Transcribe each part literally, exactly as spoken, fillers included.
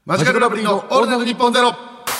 マジカルラブリーのオールナイトニッポンゼロ。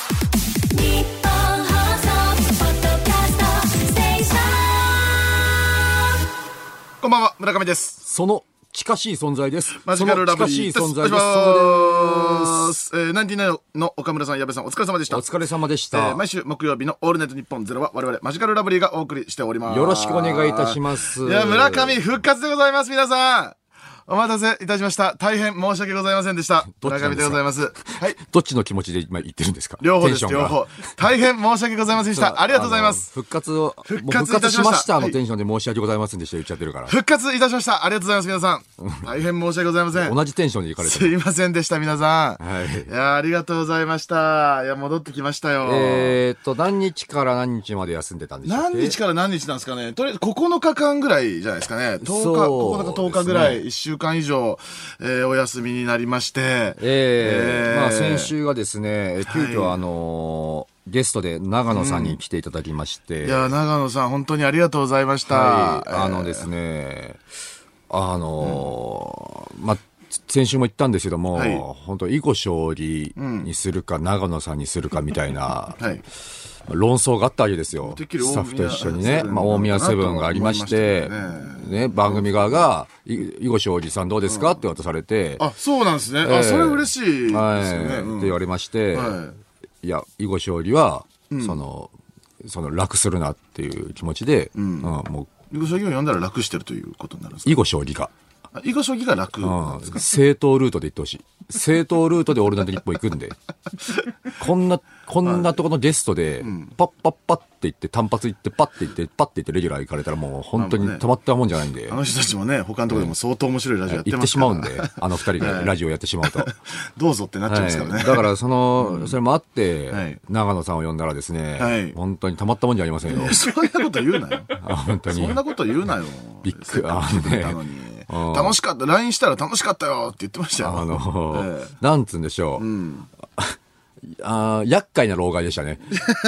こんばんは、村上です。 その近しい存在です。 マジカルラブリーです。 その近しい存在です。 そうです。えー、ナインティナインの岡村さん、矢部さん、お疲れ様でした。 お疲れ様でした。えー、毎週木曜日のオールナイトニッポンゼロは我々マジカルラブリーがお送りしております。 よろしくお願いいたします。 いや、村上復活でございます。皆さんお待たせいたしました。大変申し訳ございませんでした。村上でございます。はい。 どっちの気持ちで今言ってるんですか？ 両方です、両方。大変申し訳ございませんでした。ありがとうございます。 復活を、復活いたしましたのテンションで申し訳ございませんでした言っちゃってるから。 復活いたしました。ありがとうございます、皆さん。大変申し訳ございません。 同じテンションで行かれてる。 すいませんでした、皆さん。 はい。 いや、ありがとうございました。いや、戻ってきましたよ。 えーっと、何日から何日まで休んでたんでしたっけ？ 何日から何日なんですかね。とりあえずここのかかんぐらいじゃないですかね。とおか、ここのかとおかぐらい、いっしゅうかん以上。えー、お休みになりまして、 えーえー、まあ先週がですね、急遽、はい、あのー、ゲストで長野さんに来ていただきまして、 うん、いや長野さん本当にありがとうございました。 はい、あのですね、あのーうん、まあ先週も言ったんですけども、はい、本当囲碁将棋にするか、うん、長野さんにするかみたいな。はい、論争があったわけですよ。スタッフと一緒にね、まあ、大宮セブンがありまして、ね、ね、番組側が、囲碁将棋さんどうですか、うん、って渡されて。 あ、そうなんですね。えー、あ、それ嬉しいですよね。はい、 うん、って言われまして、はい、いや、囲碁将棋は、うん、その、その楽するなっていう気持ちで、うん、うん、もう。囲碁将棋を読んだら楽してるということになるんですか？ 囲碁将棋が。 囲碁将棋が楽なんですか？ うん、正当ルートで行ってほしい。正当ルートでオールナイトニッポン行くんで。こんな、こんなとこのゲストで、パッパッパッって言って、単発行って、パッて行って、パッて行ってレギュラー行かれたらもう本当に止まったもんじゃないんで。 あの人たちもね、他のところでも相当面白いラジオやってますから。行ってしまうんで、あの二人がラジオやってしまうと。 どうぞってなっちゃうんですからね。 はい、だからその、それもあって、はい、長野さんを呼んだらですね、はい、本当にたまったもんじゃありませんよ。 そんなこと言うなよ。 あ、本当に。 そんなこと言うなよ。 びっくり。あのね。 楽しかった。ライン したら楽しかったよって言ってましたよ。 あのーええ、なんつうんでしょう。うん、あ、厄介な老害でしたね。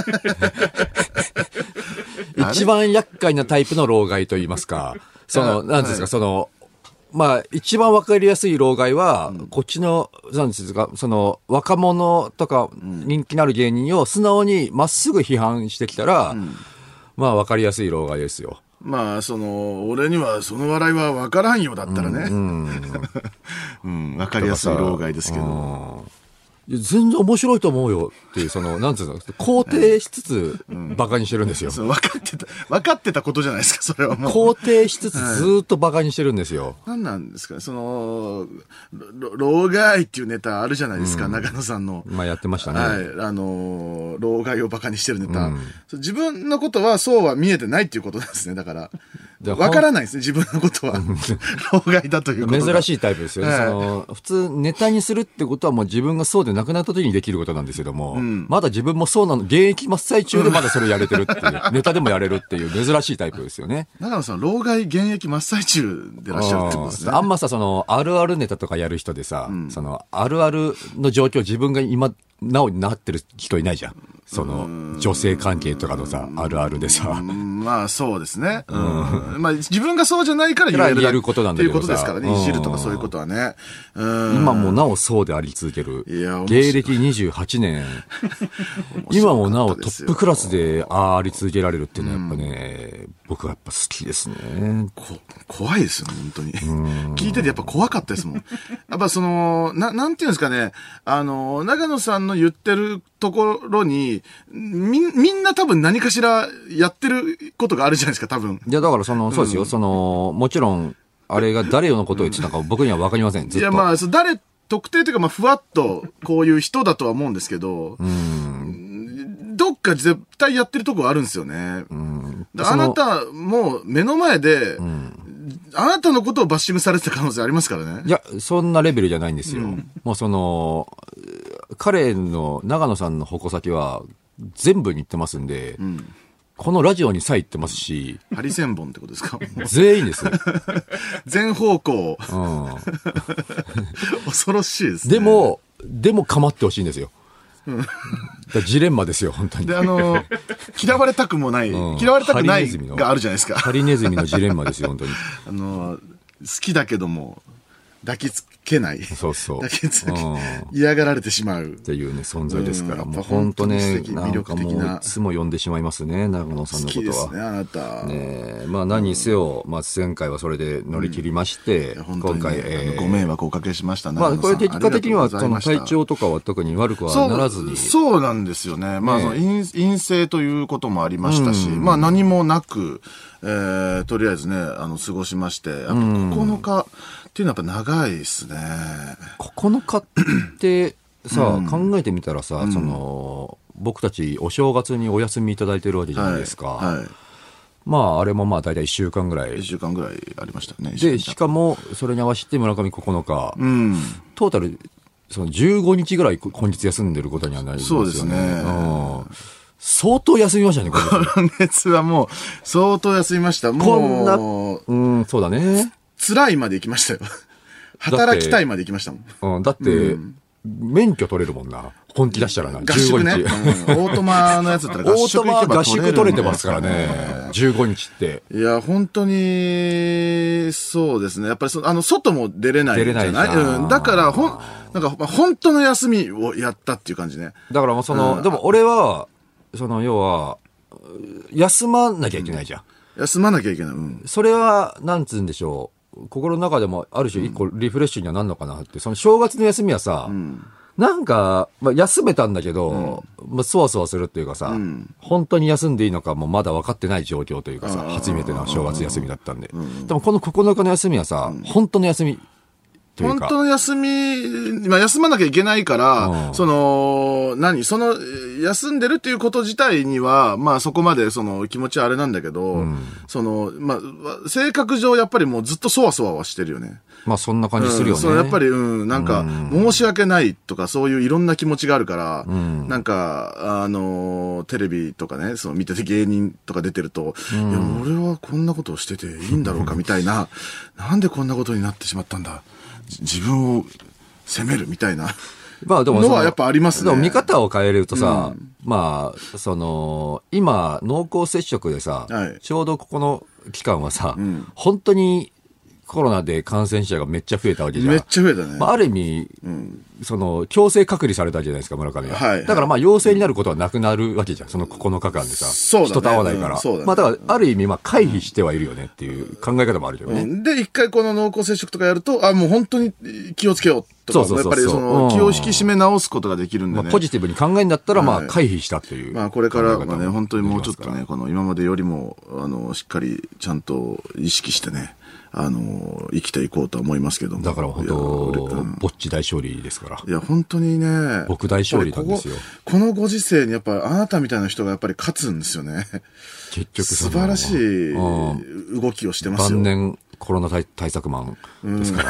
一番厄介なタイプの老害と言いますか。その、なんですか、はい、その、まあ、一番わかりやすい老害は、うん、こっちの、なんですか、その、若者とか人気のある芸人を素直にまっすぐ批判してきたら、うん、まあ、わかりやすい老害ですよ。 まあ、その、俺にはその笑いは分からんよだったらね。うん。うん、分かりやすい老害ですけど。 全然面白いと思うよっていう、その、なんていうの、肯定しつつ、バカにしてるんですよ。 うん、分かってた、分かってたことじゃないですか、それはもう。 肯定しつつずーっとバカにしてるんですよ。 何なんですかね、その、老害っていうネタあるじゃないですか、うん、長野さんの。 まあやってましたね。 はい。あの、老害をバカにしてるネタ、うん。自分のことはそうは見えてないっていうことなんですね、だから。分からないですね、自分のことは。老害だということ。 珍しいタイプですよね。はい、その普通、ネタにするってことはもう自分がそうで亡くなった時にできることなんですけども、うん、まだ自分もそうなの、現役真っ最中でまだそれをやれてるっていう、ネタでもやれるっていう珍しいタイプですよね。 長野さん、老害現役真っ最中でいらっしゃるってことですね。 あんまさ、その、あるあるネタとかやる人でさ、うん、その、あるあるの状況自分が今、なおになってる人いないじゃん。その、女性関係とかのさ、あるあるでさ。 まあそうですね。うん、まあ自分がそうじゃないから言える。 言えることなんだけどさ。 っていうことですからね。いじるとかそういうことはね。 うん今もなおそうであり続ける。芸歴にじゅうはちねん。今もなおトップクラスであり続けられるっていうのはやっぱね、うん、僕はやっぱ好きですね。 こ怖いですよね、本当に。聞いててやっぱ怖かったですもん。やっぱその、な、なんていうんですかね、あの、長野さんの言ってるところに、み、みんな多分何かしらやってることがあるじゃないですか、多分。 いや、だからその、そうですよ、うん、その、もちろん、あれが誰のことを言ってたか僕には分かりません、ずっと。 いや、まあ、誰、特定というか、まあ、ふわっと、こういう人だとは思うんですけど、うんどっか絶対やってるとこあるんですよね。うんあなた、もう目の前で、うん、あなたのことをバッシングされてた可能性ありますからね。 いや、そんなレベルじゃないんですよ。うん、もうその、彼の、長野さんの矛先は、全部に言ってますんで、うんこのラジオにさえ言ってますし。 ハリセンボンってことですか全員です。 全方向。うん、恐ろしいですね。 でも、でも構ってほしいんですよ。うん、だジレンマですよ、本当に。 で、あの、嫌われたくもない、うん、嫌われたくないがあるじゃないですか。 ハリネズミのジレンマですよ、本当に。 あの、好きだけども、 抱きつけない。 そうそう。 抱きつけ、嫌がられてしまう。 っていうね、存在ですから、もう本当ね、なんかもういつも呼んでしまいますね、長野さんのことは。好きですね、あなた。 ねまあ何にせよ、まあ前回はそれで乗り切りまして、今回、 えー、ご迷惑をおかけしましたね。 まあこれ結果的には、その体調とかは特に悪くはならずに。 そう、そうなんですよね。まあその陰、陰性ということもありましたし、まあ何もなく、えー、とりあえずね、あの、過ごしまして、やっぱここのかっていうのはやっぱ長いですね。 ここのかってさ、うん、考えてみたらさ、うん、その、僕たちお正月にお休みいただいてるわけじゃないですか。はいはい、まあ、あれもまあ大体いっしゅうかんぐらい。 いっしゅうかんぐらいありましたね。 で、しかも、それに合わせて村上ここのか、うん、トータル、そのじゅうごにちぐらい今月休んでることにはなりますよね。 そうですね。 うん相当休みましたね、 今月はもう、相当休みました。もう、 こんな、うん、そうだね。 辛いまで行きましたよ。働きたいまで行きましたもん。うん、だって、うん、免許取れるもんな。本気出したらな。 合宿ね。うん、オートマのやつだったら合宿行けば取れる。 オートマ合宿取れてますからね。じゅうごにちって。 いや、本当に、そうですね。やっぱりそ、あの、外も出れないじゃない。出れないじゃん。うん。だから、ほん、なんか、まあ、本当の休みをやったっていう感じね。 だからもうその、うん、でも俺は、その、要は、休まなきゃいけないじゃん。 うん、休まなきゃいけない。うん。 それは、なんつうんでしょう。心の中でも、ある種一個リフレッシュにはなるのかなって。その正月の休みはさ、うん、なんか、まあ、休めたんだけど、うん、まあ、そわそわするっていうかさ、うん、本当に休んでいいのかもまだ分かってない状況というかさ、初めての正月休みだったんで。うん、でもこのここのかの休みはさ、うん、本当の休み。 本当の休み、まあ、休まなきゃいけないから、うん、その、何その、休んでるっていうこと自体には、まあそこまでその気持ちはあれなんだけど、うん、その、まあ、性格上やっぱりもうずっとそわそわはしてるよね。 まあそんな感じするよね。うん、 そう、やっぱり、うん、なんか、申し訳ないとかそういういろんな気持ちがあるから、うん、なんか、あの、テレビとかね、その見てて芸人とか出てると、うん、いや、俺はこんなことをしてていいんだろうかみたいな、なんでこんなことになってしまったんだ。自分を責めるみたいなまあでものはやっぱありますね。 でも見方を変えるとさ、うん、まあ、その、今、濃厚接触でさ、はい、ちょうどここの期間はさ、うん、本当にコロナで感染者がめっちゃ増えたわけじゃん。 めっちゃ増えたね。 まあ、ある意味、うん、その、強制隔離されたじゃないですか、村上は。はい、だからまあ、陽性になることはなくなるわけじゃん、そのここのかかんでさ。そうだね。人と会わないから。うん、そうだね。まあ、だから、ある意味、まあ、回避してはいるよねっていう考え方もあるよね。うん、 で、一回この濃厚接触とかやると、あ、もう本当に気をつけようとか、そうそうそうそうやっぱりその、気を引き締め直すことができるんでね。 まあ、ポジティブに考えるんだったら、まあ、回避したっていう、はい。 まあ、これからはね、本当にもうちょっとね、この今までよりも、あの、しっかりちゃんと意識してね、あの、生きていこうと思いますけども。 だから本当、うん、ぼっち大勝利ですから。 いや、本当にね。 僕大勝利なんですよ。 ここ、このご時世にやっぱあなたみたいな人がやっぱり勝つんですよね。 結局素晴らしい動きをしてますよ。 晩年コロナ 対, 対策マンですから、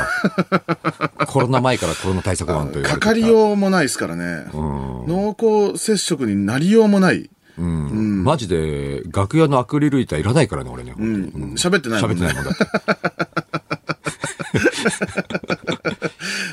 うん。コロナ前からコロナ対策マンという。 かかりようもないですからね。うん、濃厚接触になりようもない。 うんうん、マジで、楽屋のアクリル板いらないからね、俺ね。 うん。喋、うん、ってないもんね。 喋ってないもんだって。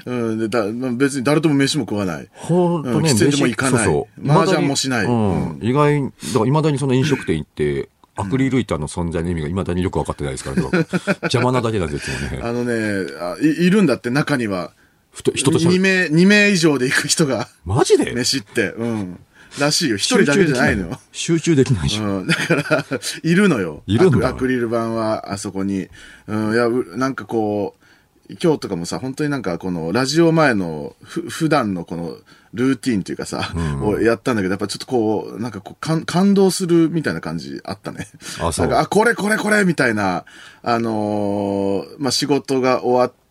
うん、でだ別に誰とも飯も食わない。 ほんとね、 喫煙所も行かない。そうそう。麻雀もしない。 うんうん、意外に、だから未だにその飲食店行って、アクリル板の存在の意味が未だによく分かってないですから、邪魔なだけなんですよね。 あのねあい、いるんだって中には。 人とに名、に名以上で行く人が。 マジで飯って。うん。らしいよ。一人だけじゃないのよ。 集中できないじゃん。 うん。だから、いるのよ。 いるんだ。 アクリル板は、あそこに。うん。いや、なんかこう、今日とかもさ、本当になんかこの、ラジオ前の、ふ、普段のこの、ルーティーンというかさ、うん、をやったんだけど、やっぱちょっとこう、なんかこう、感、感動するみたいな感じあったね。 あ、そう。 なんか、あ、これこれこれみたいな、あのー、まあ、仕事が終わって、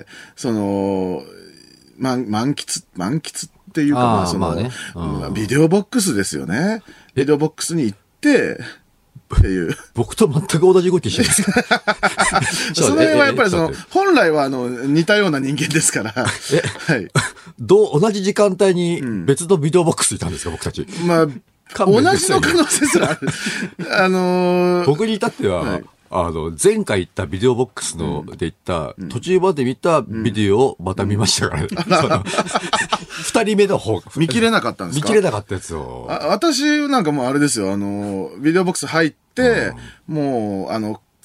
その、満、満喫、満喫っていうか、まあ、その、まあねうん、ビデオボックスですよね。ビデオボックスに行って、っていう。 僕と全く同じ動きしてるんですかその辺はやっぱりその、本来はあの、似たような人間ですから。えはい。どう、同じ時間帯に別のビデオボックスいたんですか、僕たち。 まあ、同じの可能性すらある。あのー、 僕に至っては、はいあの、前回行ったビデオボックスの、で行った、うん、途中まで見たビデオをまた見ましたからね。二、うん、人目の方見切れなかったんですか？ 見切れなかったやつを。 あ私なんかもうあれですよ、あの、ビデオボックス入って、うん、もう、あの、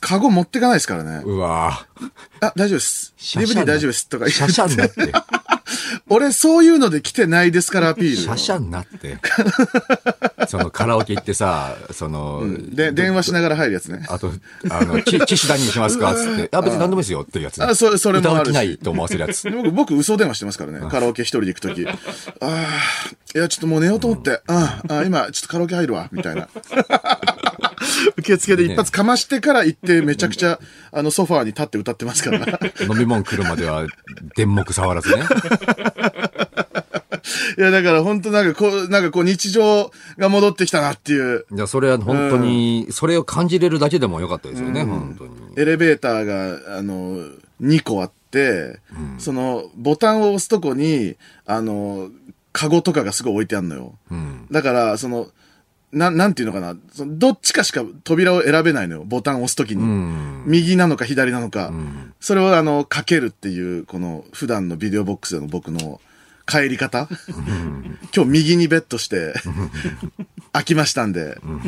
カゴ持ってかないですからね。 うわあ、大丈夫です。ディーブイディー 大丈夫ですとか言って。 シャシャになって。 俺そういうので来てないですからアピール。 シャシャになって。そのカラオケ行ってさ、その、うん、 で、電話しながら入るやつね。 あと、あの、機種何にしますかつって。あ、別に何でもいいですよっていうやつ、ね。 あ、そ、それもあるし。 歌う気ないと思わせるやつ。 僕、僕嘘電話してますからね。カラオケ一人で行くとき。ああ、いや、ちょっともう寝ようと思って。うん、ああ、今、ちょっとカラオケ入るわ、みたいな。受付で一発かましてから行って、めちゃくちゃ、あの、ソファーに立って歌ってますから。 飲み物来るまでは、電目触らずね。 いや、だから本当なんかこう、なんかこう日常が戻ってきたなっていう。 いや、それは本当に、うん、それを感じれるだけでもよかったですよね、うん、本当に。 エレベーターが、あの、にこあって、うん、その、ボタンを押すとこに、あの、カゴとかがすごい置いてあるのよ。うん、だから、その、な、なんていうのかな。そのどっちかしか扉を選べないのよ。ボタンを押すときに、うん。右なのか左なのか。うん、それをあの、かけるっていう、この普段のビデオボックスでの僕の帰り方。うん、今日右にベットして、開きましたんで。うん、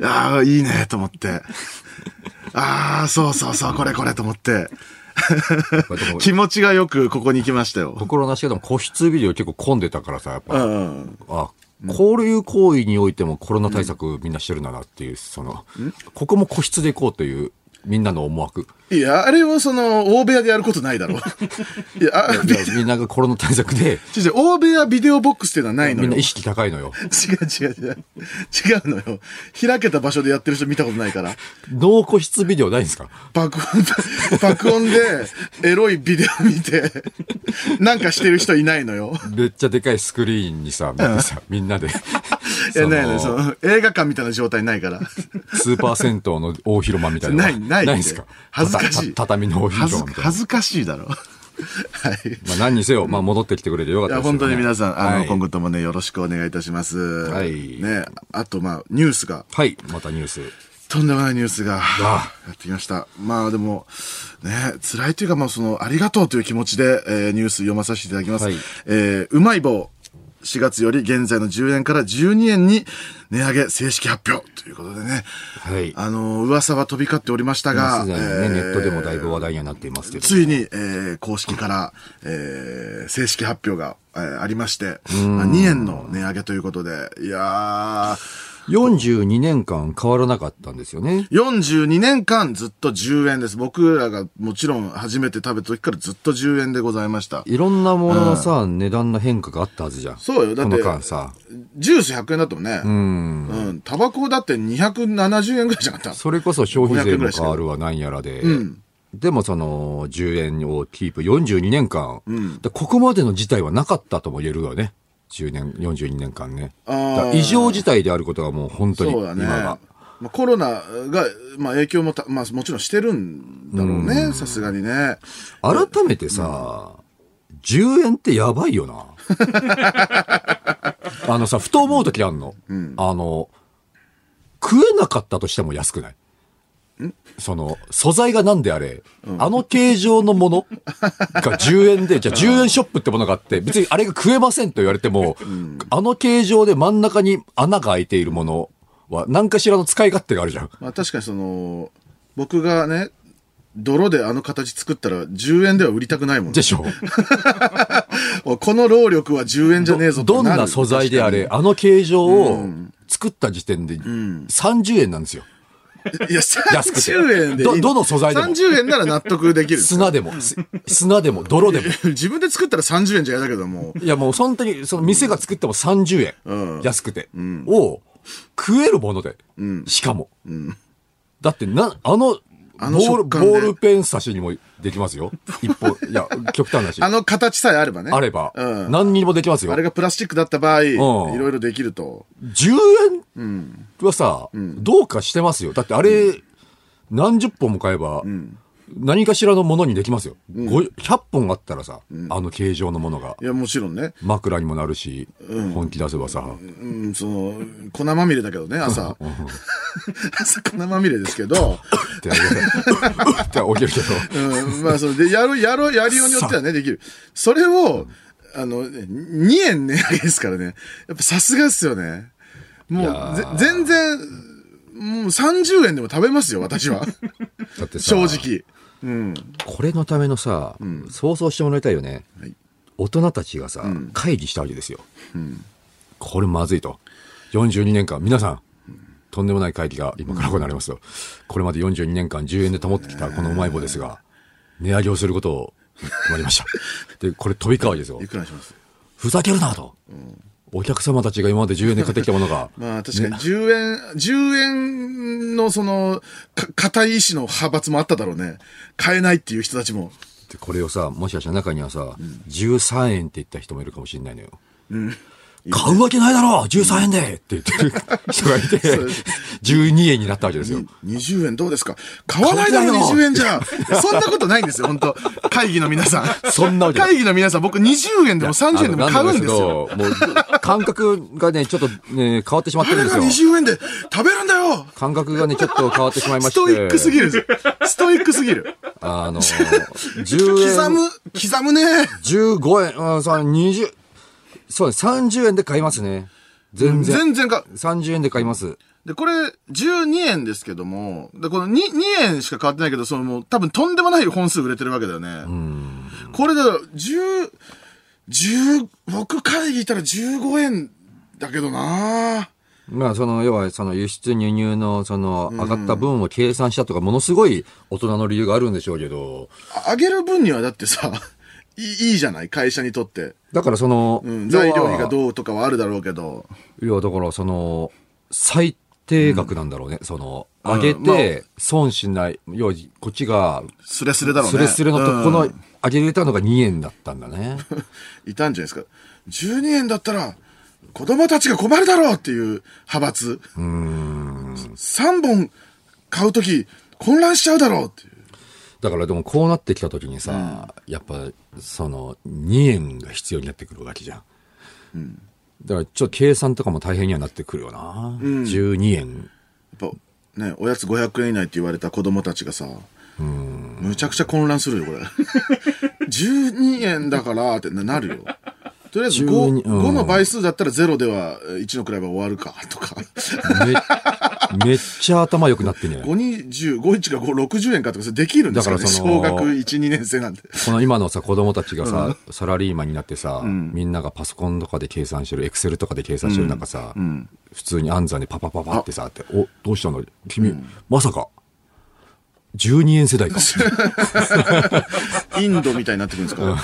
ああ、いいねと思って。ああ、そうそうそう、これこれと思って。気持ちがよくここに来ましたよ。 心なしけども個室ビデオ結構混んでたからさ、やっぱ。うん、あこういう行為においてもコロナ対策みんなしてるんだなっていう、その、ここも個室で行こうというみんなの思惑。 いや、あれをその、大部屋でやることないだろう。 いや、あいやみんながコロナ対策で。 違う、大部屋ビデオボックスっていうのはないのよ。 みんな意識高いのよ。 違う違う違う。違うのよ。開けた場所でやってる人見たことないから。 ノー個室ビデオないんですか？ 爆音で、爆音で、エロいビデオ見て、なんかしてる人いないのよ。 めっちゃでかいスクリーンにさ、見てさ、みんなで。 いや、ないね、その、映画館みたいな状態ないから。 スーパー銭湯の大広間みたいな。 ない、ない。ないですか？恥ずかしい。 畳の大広間みたいな。 恥ずかしいだろ。はい。 まあ何にせよ、まあ戻ってきてくれてよかったですね。 いや、本当に皆さん、あの、はい、今後ともね、よろしくお願いいたします。はい。ね、あと、まあ、ニュースが。 はい、またニュース。 とんでもないニュースが、やってきました。まあでも、ね、辛いというか、まあその、ありがとうという気持ちで、えー、ニュース読まさせていただきます。はい、えー、うまい棒。しがつより現在のじゅうえんからじゅうにえんに値上げ正式発表ということでね。はい。あの、噂は飛び交っておりましたが、 すでにね、えー、ネットでもだいぶ話題にはなっていますけど。 ついに、えー、公式から、えー、正式発表が、えー、ありまして、まあ、にえんの値上げということで、いやー、 よんじゅうにねんかん変わらなかったんですよね。 よんじゅうにねんかんずっとじゅうえんです。僕らがもちろん初めて食べた時からずっとじゅうえんでございました。 いろんなもののさ、うん、値段の変化があったはずじゃん。 そうよ。だって、この間さ。 ジュースひゃくえんだったもんね。うん。うん。タバコだってにひゃくななじゅうえんぐらいじゃなかった。 それこそ消費税も変わるわなんやらで。うん。でもそのじゅうえんをキープよんじゅうにねんかん。うん。ここまでの事態はなかったとも言えるよね。じゅうねん、よんじゅうにねんかんね。異常事態であることがもう本当に今が。そうだね。 まあ、コロナが、まあ、影響もた、まあ、もちろんしてるんだろうね。さすがにね。 改めてさ、うん、じゅうえんってやばいよな。あのさ、ふと思うときあんの。うん、あの、食えなかったとしても安くない？その、素材がなんであれ、うん、あの形状のものがじゅうえんで、じゃあじゅうえんショップってものがあって、別にあれが食えませんと言われても、うん、あの形状で真ん中に穴が開いているものは何かしらの使い勝手があるじゃん。 まあ確かにその、僕がね、泥であの形作ったらじゅうえんでは売りたくないもんね。 でしょこの労力はじゅうえんじゃねえぞとなる。どんな素材であれ、あの形状を作った時点でさんじゅうえんなんですよ。 いや、さんじゅうえんでいい。 ど、どの素材でも。 さんじゅうえんなら納得できる。 砂でも、砂でも、泥でも。 自分で作ったらさんじゅうえんじゃ嫌だけども。 いや、もう本当に、その店が作ってもさんじゅうえん。うん、安くて、うん。を、食えるもので。うん、しかも。うん、だってな、あの、あのボール、ボールペン差しにもできますよ。一本、いや、極端な話。 あの形さえあればね。 あれば。うん、何にもできますよ。 あれがプラスチックだった場合、うん、いろいろできると。 じゅうえんはさ、うん、どうかしてますよ。だってあれ、うん、何十本も買えば、うん、何かしらのものにできますよ。うん、ひゃっぽんあったらさ、うん、あの形状のものが。 いや、もちろんね。 枕にもなるし、うん、本気出せばさ。 うん、その、粉まみれだけどね、朝。朝粉まみれですけど。 って起きるけど。うん、まあ、それで、やる、やる、やりようによってはね、できる。それを、あの、にえん値上げですからね。やっぱさすがっすよね。もう、ぜ全然、もうさんじゅうえんでも食べますよ、私は。 だってさ、 正直。うん。 これのためのさ、うん、想像してもらいたいよね。はい、大人たちがさ、うん、会議したわけですよ。うん、これまずいと。よんじゅうにねんかん、皆さん、うん、とんでもない会議が今から行われますと。うん、これまでよんじゅうにねんかんじゅうえんで保ってきたこのうまい棒ですが、値上げをすることを決まりました。で、これ飛び交うわけですよ。 いくらします？ ふざけるなと。うんお客様たちが今までじゅうえんで買ってきたものが。 まあ確かにじゅうえん、じゅうえんのその、か、固い意志の派閥もあっただろうね。買えないっていう人たちも。 で、これをさ、もしかしたら中にはさ、うん、じゅうさんえんって言った人もいるかもしれないのよ。うん。買うわけないだろう !じゅうさんえんでって言ってる人がいて、じゅうにえんになったわけですよ。 にじゅうえんどうですか買わないだろうにじゅうえんじゃ。そんなことないんですよ、本当会議の皆さん。 そんなわけ会議の皆さん、僕にじゅうえんでもさんじゅうえんでも買うんですよ。 もう、感覚がね、ちょっとね、変わってしまってるんですよ。 にじゅうえんで食べるんだよ感覚がね、ちょっと変わってしまいまして。ストイックすぎる。ストイックすぎる。 あの、じゅうえん。 刻む、刻むね。 じゅうごえん、うん、さ、にじゅう、そうです。さんじゅうえんで買いますね。全然。 全然か。 さんじゅうえんで買います。 で、これ、じゅうにえんですけども、で、この 2, にえんしか変わってないけど、そのもう、多分とんでもない本数売れてるわけだよね。うん。これだから、じゅう、じゅう、僕会議いたらじゅうごえんだけどなまあ、その、要は、その輸出輸入の、その、上がった分を計算したとか、ものすごい大人の理由があるんでしょうけど。 上げる分にはだってさ、いい、いいじゃない会社にとって。 だからその、 うん、材料費がどうとかはあるだろうけど。 いや、だからその、最低額なんだろうね。うん、その、上げて、損しない。要は、こっちが、 スレスレだろうね。 スレスレのとこの、上げれたのがにえんだったんだね。 いたんじゃないですか。じゅうにえんだったら、子供たちが困るだろうっていう派閥。うーん。さんぼん買うとき、混乱しちゃうだろうっていう。 だからでもこうなってきたときにさ、うん、やっぱそのにえんが必要になってくるわけじゃん。うん、だからちょっと計算とかも大変にはなってくるよな。うん、じゅうにえん。 やっぱね、おやつごひゃくえん以内って言われた子供たちがさ、うん、むちゃくちゃ混乱するよ、これ。じゅうにえんだからってなるよ。とりあえず ご, ごの倍数だったらゼロではいちの位は終わるかとかめ。めっちゃ頭良くなってんじゃない ?ごにじゅう、ごいちがご、ろくじゅうえんかとかそれできるんですかね。だからその小学いち、にねん生なんて。 この今のさ、子供たちがさ、うん、サラリーマンになってさ、うん、みんながパソコンとかで計算してる、エクセルとかで計算してる中さ、うん、普通に暗算でパパパパってさ、ってお、どうしたの君、うん、まさか、じゅうにえん世代か。 インドみたいになってくるんですか、うん、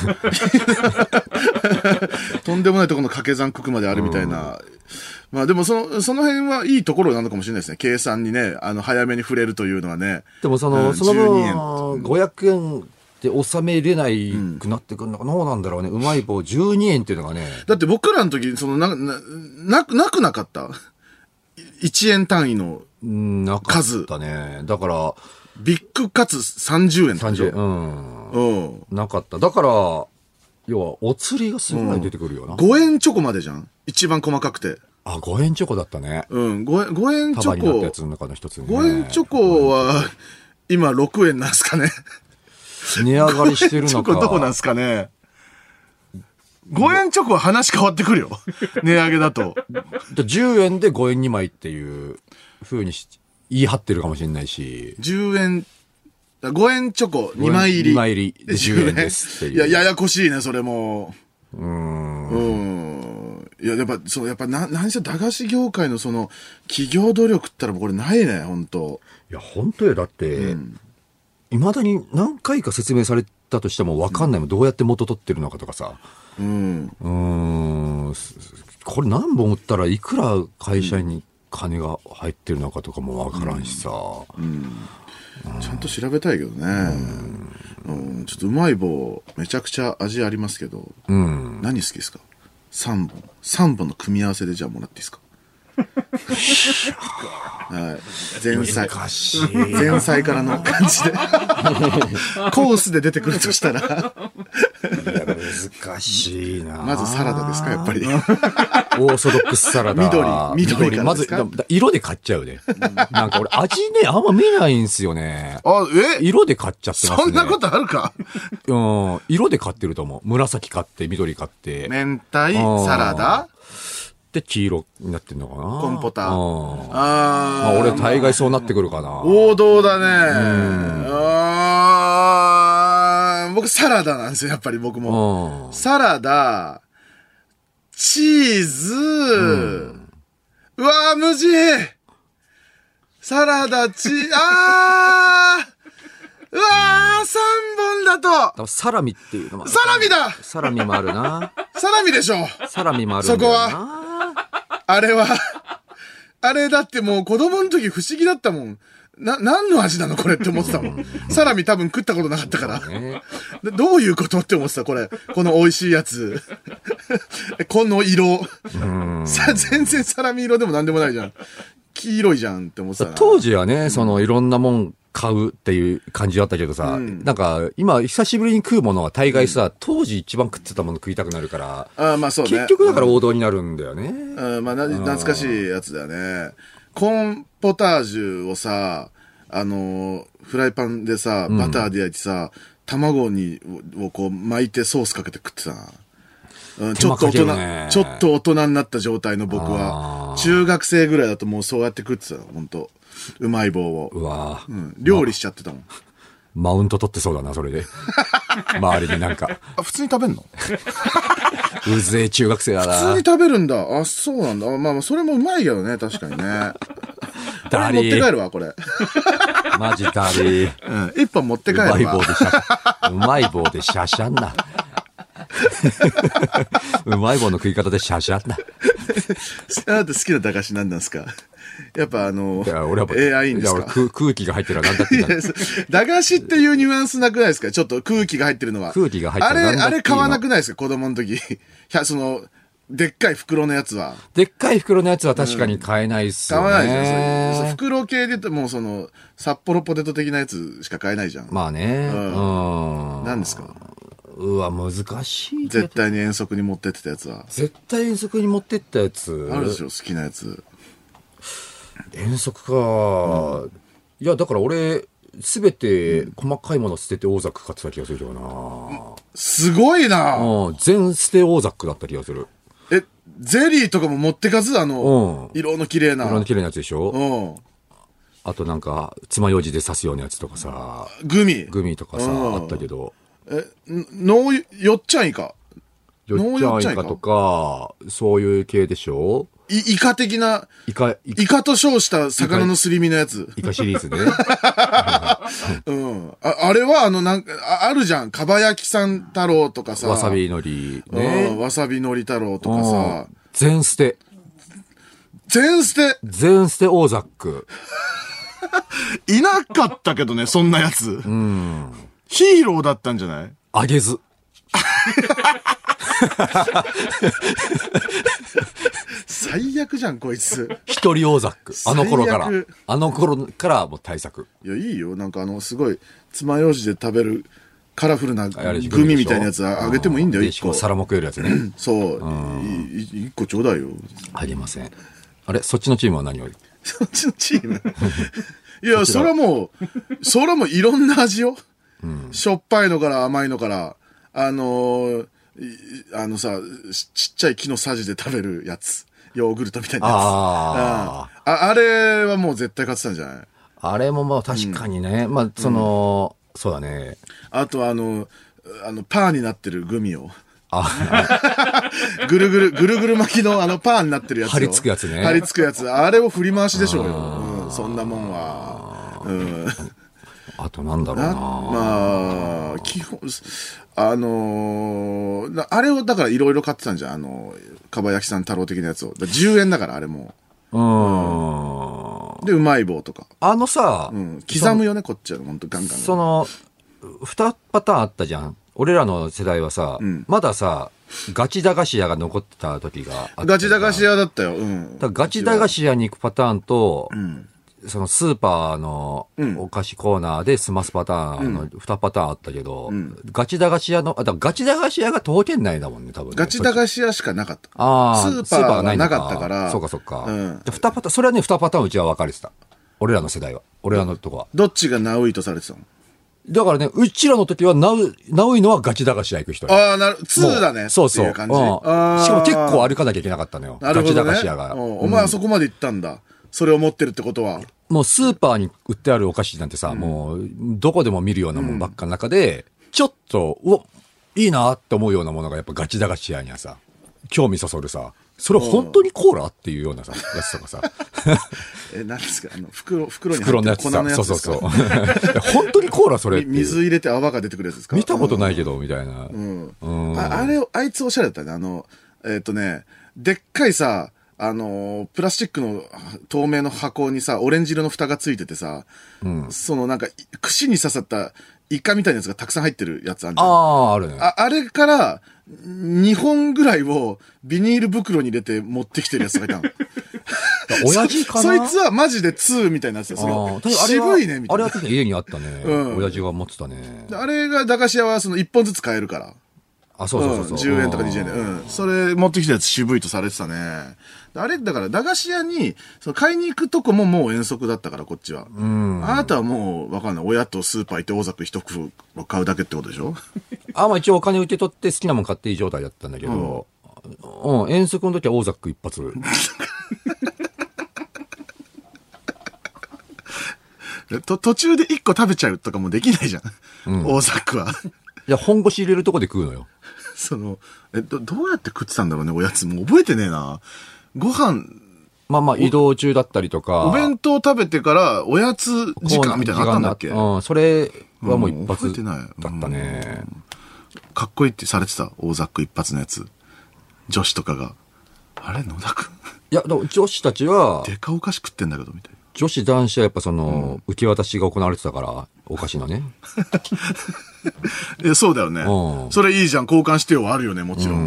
とんでもないところの掛け算九九まであるみたいな。うん、まあでもその、その辺はいいところなのかもしれないですね。計算にね、あの、早めに触れるというのはね。 でもその、うん、その分、ごひゃくえんで収めれないくなってくるのか、どうなんだろうね。うまい棒じゅうにえんっていうのがね。 だって僕らの時、その、な、な、なく、なくなかったいちえん単位の数。なかったね。だから、 ビッグかつさんじゅうえんとか。さんじゅうえん。うん。うん。なかった。だから、要は、お釣りがすごい出てくるよな、うん。 ごえんチョコまでじゃん一番細かくて。 あ、ごえんチョコだったね。 うん。ごえん、ごえんチョコ。 束になったやつの中の一つ、ね。 ごえんチョコは、今ろくえんなんすかね。 値上がりしてるのか。 チョコどこなんすかね。ごえんチョコは話変わってくるよ。値上げだと。 じゅうえんでごえんにまいっていう風にし、言い張ってるかもしれないし。 じゅうえん、ごえんチョコにまい入り。 にまい入りでじゅうえんですっていう。 いや、ややこしいね、それも。うーん。うん。いや、やっぱ、そう、やっぱな、何せ駄菓子業界のその、企業努力ったらこれないね、本当いや、本当よ。だって、うん、未だに何回か説明されたとしても分かんないもん、うん、どうやって元取ってるのかとかさ。うん。うーん。これ何本売ったらいくら会社に金が入ってるのかとかも分からんしさ。うんうんうん、ちゃんと調べたいけどね、うんうん、ちょっとうまい棒めちゃくちゃ味ありますけど、うん、何好きですかさんぼんさんぼんの組み合わせでじゃあもらっていいですかはい、前菜前菜からの感じでコースで出てくるとしたらいや難しいなまずサラダですかやっぱりオーソドックスサラダ緑緑からまず色で買っちゃうねなんか俺味ねあんま見ないんすよねあえ色で買っちゃってますねそんなことあるかうん色で買ってると思う紫買って緑買って明太サラダって黄色になってんのかな。 コンポタ。ああ。まあ俺大概そうなってくるかな。 王道だね。あ僕サラダなんですよ、やっぱり僕も。サラダ、チーズ、うん、うわー、無事サラダ、チー、あーうわー、三本だとサラミっていうのもサラミだサラミもあるな。 サラミでしょサラミもあるんだよな。そこは。あれは、あれだってもう子供の時不思議だったもん。な、何の味なのこれって思ってたもん。サラミ多分食ったことなかったから。ね、どういうことって思ってたこれ。この美味しいやつ。この色。さ、全然サラミ色でもなんでもないじゃん。黄色いじゃんって思ってたな。 当時はね、そのいろんなもん買うっていう感じだったけどさ、うん、なんか今久しぶりに食うものは大概さ、うん、当時一番食ってたもの食いたくなるから、 あまあそうね、 結局だから王道になるんだよね。 うん、まあな懐かしいやつだよね。コーンポタージュをさ、あのフライパンでさバターで焼いてさ、うん、卵にをこう巻いてソースかけて食ってたな。うん、ちょっと大人、ちょっと大人になった状態の僕は、中学生ぐらいだともうそうやって食ってたの、本当うまい棒を。 うわ、 うん、料理しちゃってたもん。 マウント取ってそうだな、それで。周りになんか。 あ、普通に食べんのうぜえ中学生だな。 普通に食べるんだ。あ、そうなんだ。まあまあ、それもうまいけどね、確かにね。 ダリー。 持って帰るわ、これ。 マジダリー。 うん、一本持って帰るわ。うまい棒でシャシャン。うまい棒でシャシャンな。うまい棒の食い方でシャシャンだ。 あなた好きな駄菓子何なんですか？やっぱあの、 いや俺はエーアイ ですか？ 空, 空気が入ってるのは何だってんだ。 駄菓子っていうニュアンスなくないですか？ちょっと空気が入ってるのは。 空気が入ってるのは。あれ、あれ買わなくないですか？子供の時。その、でっかい袋のやつは。 でっかい袋のやつは確かに買えないっすよね。 買わないですよ。袋系で言うともうその、札幌ポテト的なやつしか買えないじゃん。 まあね。うん。 うん。何ですか？ うわ、難しい。 絶対に遠足に持ってってたやつは。 絶対遠足に持ってったやつ。 あるでしょ、好きなやつ。 遠足か、うん、いや、だから俺、すべて細かいもの捨ててオーザック買ってた気がするけどな、 うん、すごいなうん。全捨てオーザックだった気がする。 え、ゼリーとかも持ってかずあの、うん、色の綺麗な。 色の綺麗なやつでしょ？ うん。あとなんか、爪楊枝で刺すようなやつとかさ。 グミ。 グミとかさ、あったけど。 え、のよっちゃんイカ。 よっちゃんイカとか、そういう系でしょ？ イ, イカ的な、 イカ、 イカと称した魚のすり身のやつ。 イカシリーズね。 うん。あ, あれは、あの、なんかあ、あるじゃん。かば焼きさん太郎とかさ。 わさびのりね。 うん。わさびのり太郎とかさ。 全捨て。 全捨て全捨てオーザック。 いなかったけどね、そんなやつ。 うん。 ヒーローだったんじゃない？ あげず。 最悪じゃんこいつ。 一人オーザック。あの頃からあの頃からもう対策。 いやいいよ、なんかあのすごい爪楊枝で食べるカラフルなグミみたいなやつあげてもいいんだよ。 一個皿も食えるやつね。 そう一個ちょうだいよ。 ありません。あれそっちのチームは何を？ そっちのチームいやそれはもうそれはもういろんな味よ、うん、しょっぱいのから甘いのからあのーあのさ、ちっちゃい木のさじで食べるやつ。ヨーグルトみたいなやつ。ああ、あれはもう絶対買ってたんじゃない？ あれもまあ確かにね。うん、まあ、その、うん、そうだね。 あとあの、あの、パーになってるグミを。あぐるぐる、ぐるぐる巻きのあのパーになってるやつを。 張り付くやつね。 張り付くやつ。あれを振り回しでしょうよ。うん、そんなもんは。うん。 あとなんだろうな。 まあ、基本、あのー、あれをだからいろいろ買ってたんじゃん。あの、かば焼きさん太郎的なやつを。だじゅうえんだからあれも。 うーん。 で、うまい棒とか。 あのさ、 うん、刻むよね、こっちは。ほんとガンガン。 その、二パターンあったじゃん。俺らの世代はさ、うん、まださ、ガチ駄菓子屋が残ってた時があった。 ガチ駄菓子屋だったよ。うん。 だガチ駄菓子屋に行くパターンと、うん、そのスーパーのお菓子コーナーで済ますパターンのにパターンあったけど、うん、ガチ駄菓子屋の、あ、だガチ駄菓子屋が東県内だもんね、多分、ね。 ガチ駄菓子屋しかなかった。 ああ、 スーパーがなかったから。 そうかそうか。うん、じゃ二パターン、それはね、二パターンうちは分かれてた。俺らの世代は。俺らのとこは。 どっちがナウイとされてたの？ だからね、うちらの時は、ナウ、ナウイのはガチ駄菓子屋行く人。 ああ、なる、ツーだね。 そうそう。 っていう感じ。 うん、しかも結構歩かなきゃいけなかったのよ。 なるほどね、 ガチ駄菓子屋が。 お前はそこまで行ったんだ。それを持ってるってことは。 もうスーパーに売ってあるお菓子なんてさ、うん、もう、どこでも見るようなもんばっかの中で、うん、ちょっと、うわ、いいなって思うようなものがやっぱガチ駄菓子屋にはさ、興味そそるさ、それ本当にコーラっていうようなさ、やつとかさ。 え、何ですかあの、袋、袋に入ってる粉のやつさ。そうそうそう。本当にコーラそれって。 水入れて泡が出てくるやつですか？ 見たことないけど、みたいな。 うん。うん、あ, あれ、あいつおしゃれだったね。あの、えっ、ー、とね、でっかいさ、あの、プラスチックの透明の箱にさ、オレンジ色の蓋がついててさ、うん、そのなんか、串に刺さったイカみたいなやつがたくさん入ってるやつあるじゃん。 ああ、あるね。 あ、あれから、にほんぐらいをビニール袋に入れて持ってきてるやつがいたの。 親父かなそ, そいつはマジでツーみたいなやつですよ。渋いね、みたいな。 あれは家にあったね。うん。親父が持ってたね。 あれが駄菓子屋はそのいっぽんずつ買えるから。 あ、そうそうそうそう、 うん。じゅうえんとかにじゅうえんで。うん。それ持ってきたやつ渋いとされてたね。あれ、だから駄菓子屋に、その買いに行くとこももう遠足だったから、こっちは。うん。あなたはもう、わかんない。親とスーパー行って大ざく一袋を買うだけってことでしょ？ あ、まあ一応お金受け取って好きなもん買っていい状態だったんだけど、うん、うん、遠足の時は大ザック一発。 と途中で一個食べちゃうとかもできないじゃん。うん、大ザックは。 いや、本腰入れるとこで食うのよ。 その、え、ど、どうやって食ってたんだろうね、おやつ。もう覚えてねえな。ご飯。 まあまあ移動中だったりとか。 お弁当食べてからおやつ時間みたいなのあったんだっけ？ うん、それはもう一発だったね。 かっこいいってされてた、大ザック一発のやつ。女子とかが。あれ、野田くん。 いや、でも女子たちは。 でかお菓子食ってんだけど、みたいな。 女子男子はやっぱその、うん、受け渡しが行われてたから、お菓子のね。 いや、そうだよね、うん。それいいじゃん、交換してよ、あるよね、もちろん。うん。うん、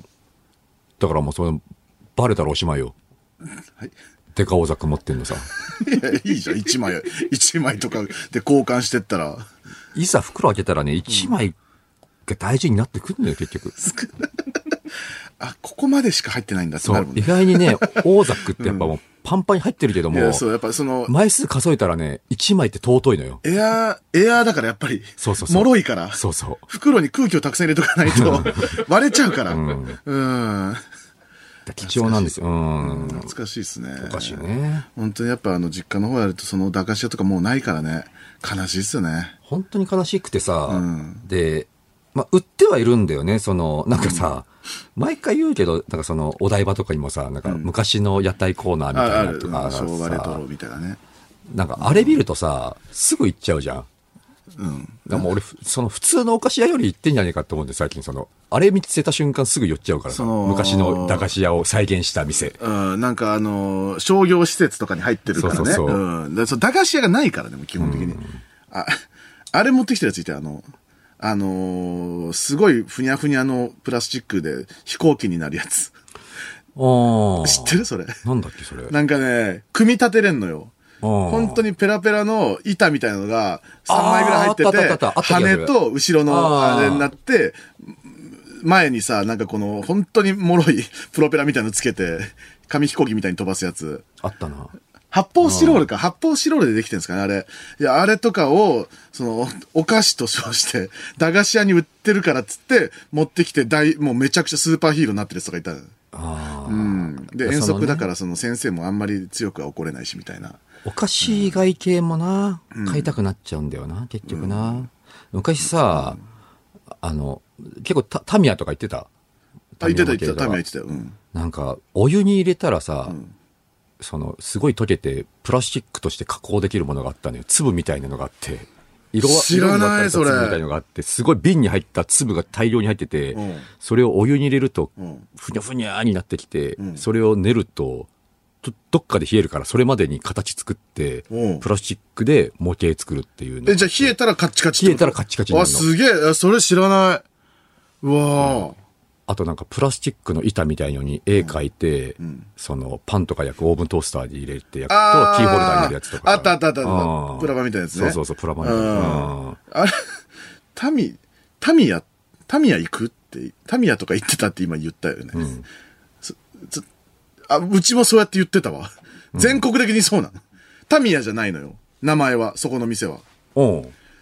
だからもうそれ、バレたらおしまいよ。はい。でかおザック持ってんのさ。 いや、いいじゃん、一枚、一枚とかで交換してったら。 いざ袋開けたらね、一枚が大事になってくるんだよ、結局。 あ、ここまでしか入ってないんだってなるもんね。 意外にね、オーザックってやっぱもうパンパンに入ってるけども、 いやそう、やっぱその、 枚数数えたらね、いちまいって尊いのよ。 エアー、エアーだからやっぱり、そうそうそう。脆いから、 そうそう。 袋に空気をたくさん入れとかないと、割れちゃうから。うん。うん貴重なんですよ。うん。 懐かしいですね。 おかしいね。 本当にやっぱあの実家の方やるとその駄菓子屋とかもうないからね、悲しいですよね。 本当に悲しくてさ、うん、で、まあ、売ってはいるんだよね、その、なんかさ、うん、毎回言うけど、なんかその、お台場とかにもさ、なんか昔の屋台コーナーみたいなとか、うん、 昭和レトロみたいなね。 なんかあれ見るとさ、すぐ行っちゃうじゃん。うん。だからもう俺、その普通のお菓子屋より行ってんじゃねえかって思うんで、最近その、あれ見つけた瞬間すぐ寄っちゃうからさ、昔の駄菓子屋を再現した店。 うん、なんかあのー、商業施設とかに入ってるからね。そうそうそう。うん。だから駄菓子屋がないからね、もう基本的に。うん、あ、あれ持ってきたやついて、あの、あのー、すごいふにゃふにゃのプラスチックで飛行機になるやつ。ああ。知ってるそれ。 なんだっけそれ。 なんかね、組み立てれんのよ。本当にペラペラの板みたいなのがさんまいぐらい入ってて、羽と後ろのあれになって、前にさ、なんかこの本当に脆いプロペラみたいなのつけて、紙飛行機みたいに飛ばすやつ。 あったな。 発泡スチロールか。発泡スチロールでできてるんですかね、あれ。いや、あれとかを、その、お菓子と称して、駄菓子屋に売ってるからっつって、持ってきて、大、もうめちゃくちゃスーパーヒーローになってる人がいた。あうん。で、遠足だからその先生もあんまり強くは怒れないし、みたいな。 お菓子以外系もな、うん、買いたくなっちゃうんだよな、結局な。うん、昔さ、うん、あの、結構タ、タミヤとか言ってた。 あ、言ってた言ってた、タミヤ言ってたよ。うん。 なんか、お湯に入れたらさ、うん、その、すごい溶けて、プラスチックとして加工できるものがあったのよ。粒みたいなのがあって。 色は、知らない、それ。 粒みたいなのがあって、すごい瓶に入った粒が大量に入ってて、うん、それをお湯に入れると、ふにゃふにゃーになってきて、うん、それを練ると、どっかで冷えるから、それまでに形作って、プラスチックで模型作るっていうの。 え、じゃあ冷えたらカッチカチ冷えたらカッチカチになるの。 あ、すげえ。それ知らない。うわー。うん、 あとなんかプラスチックの板みたいのに絵描いて、うん、そのパンとか焼くオーブントースターに入れて焼くとキーホルダーになるやつとか。 あったあったあった。プラバみたいなやつね。 そうそうそう、プラバみたいな。 あれ、タミ、タミヤ、タミヤ行くって、タミヤとか行ってたって今言ったよね。うん、あ、うちもそうやって言ってたわ。全国的にそうなの。タミヤじゃないのよ。名前は、そこの店は。おう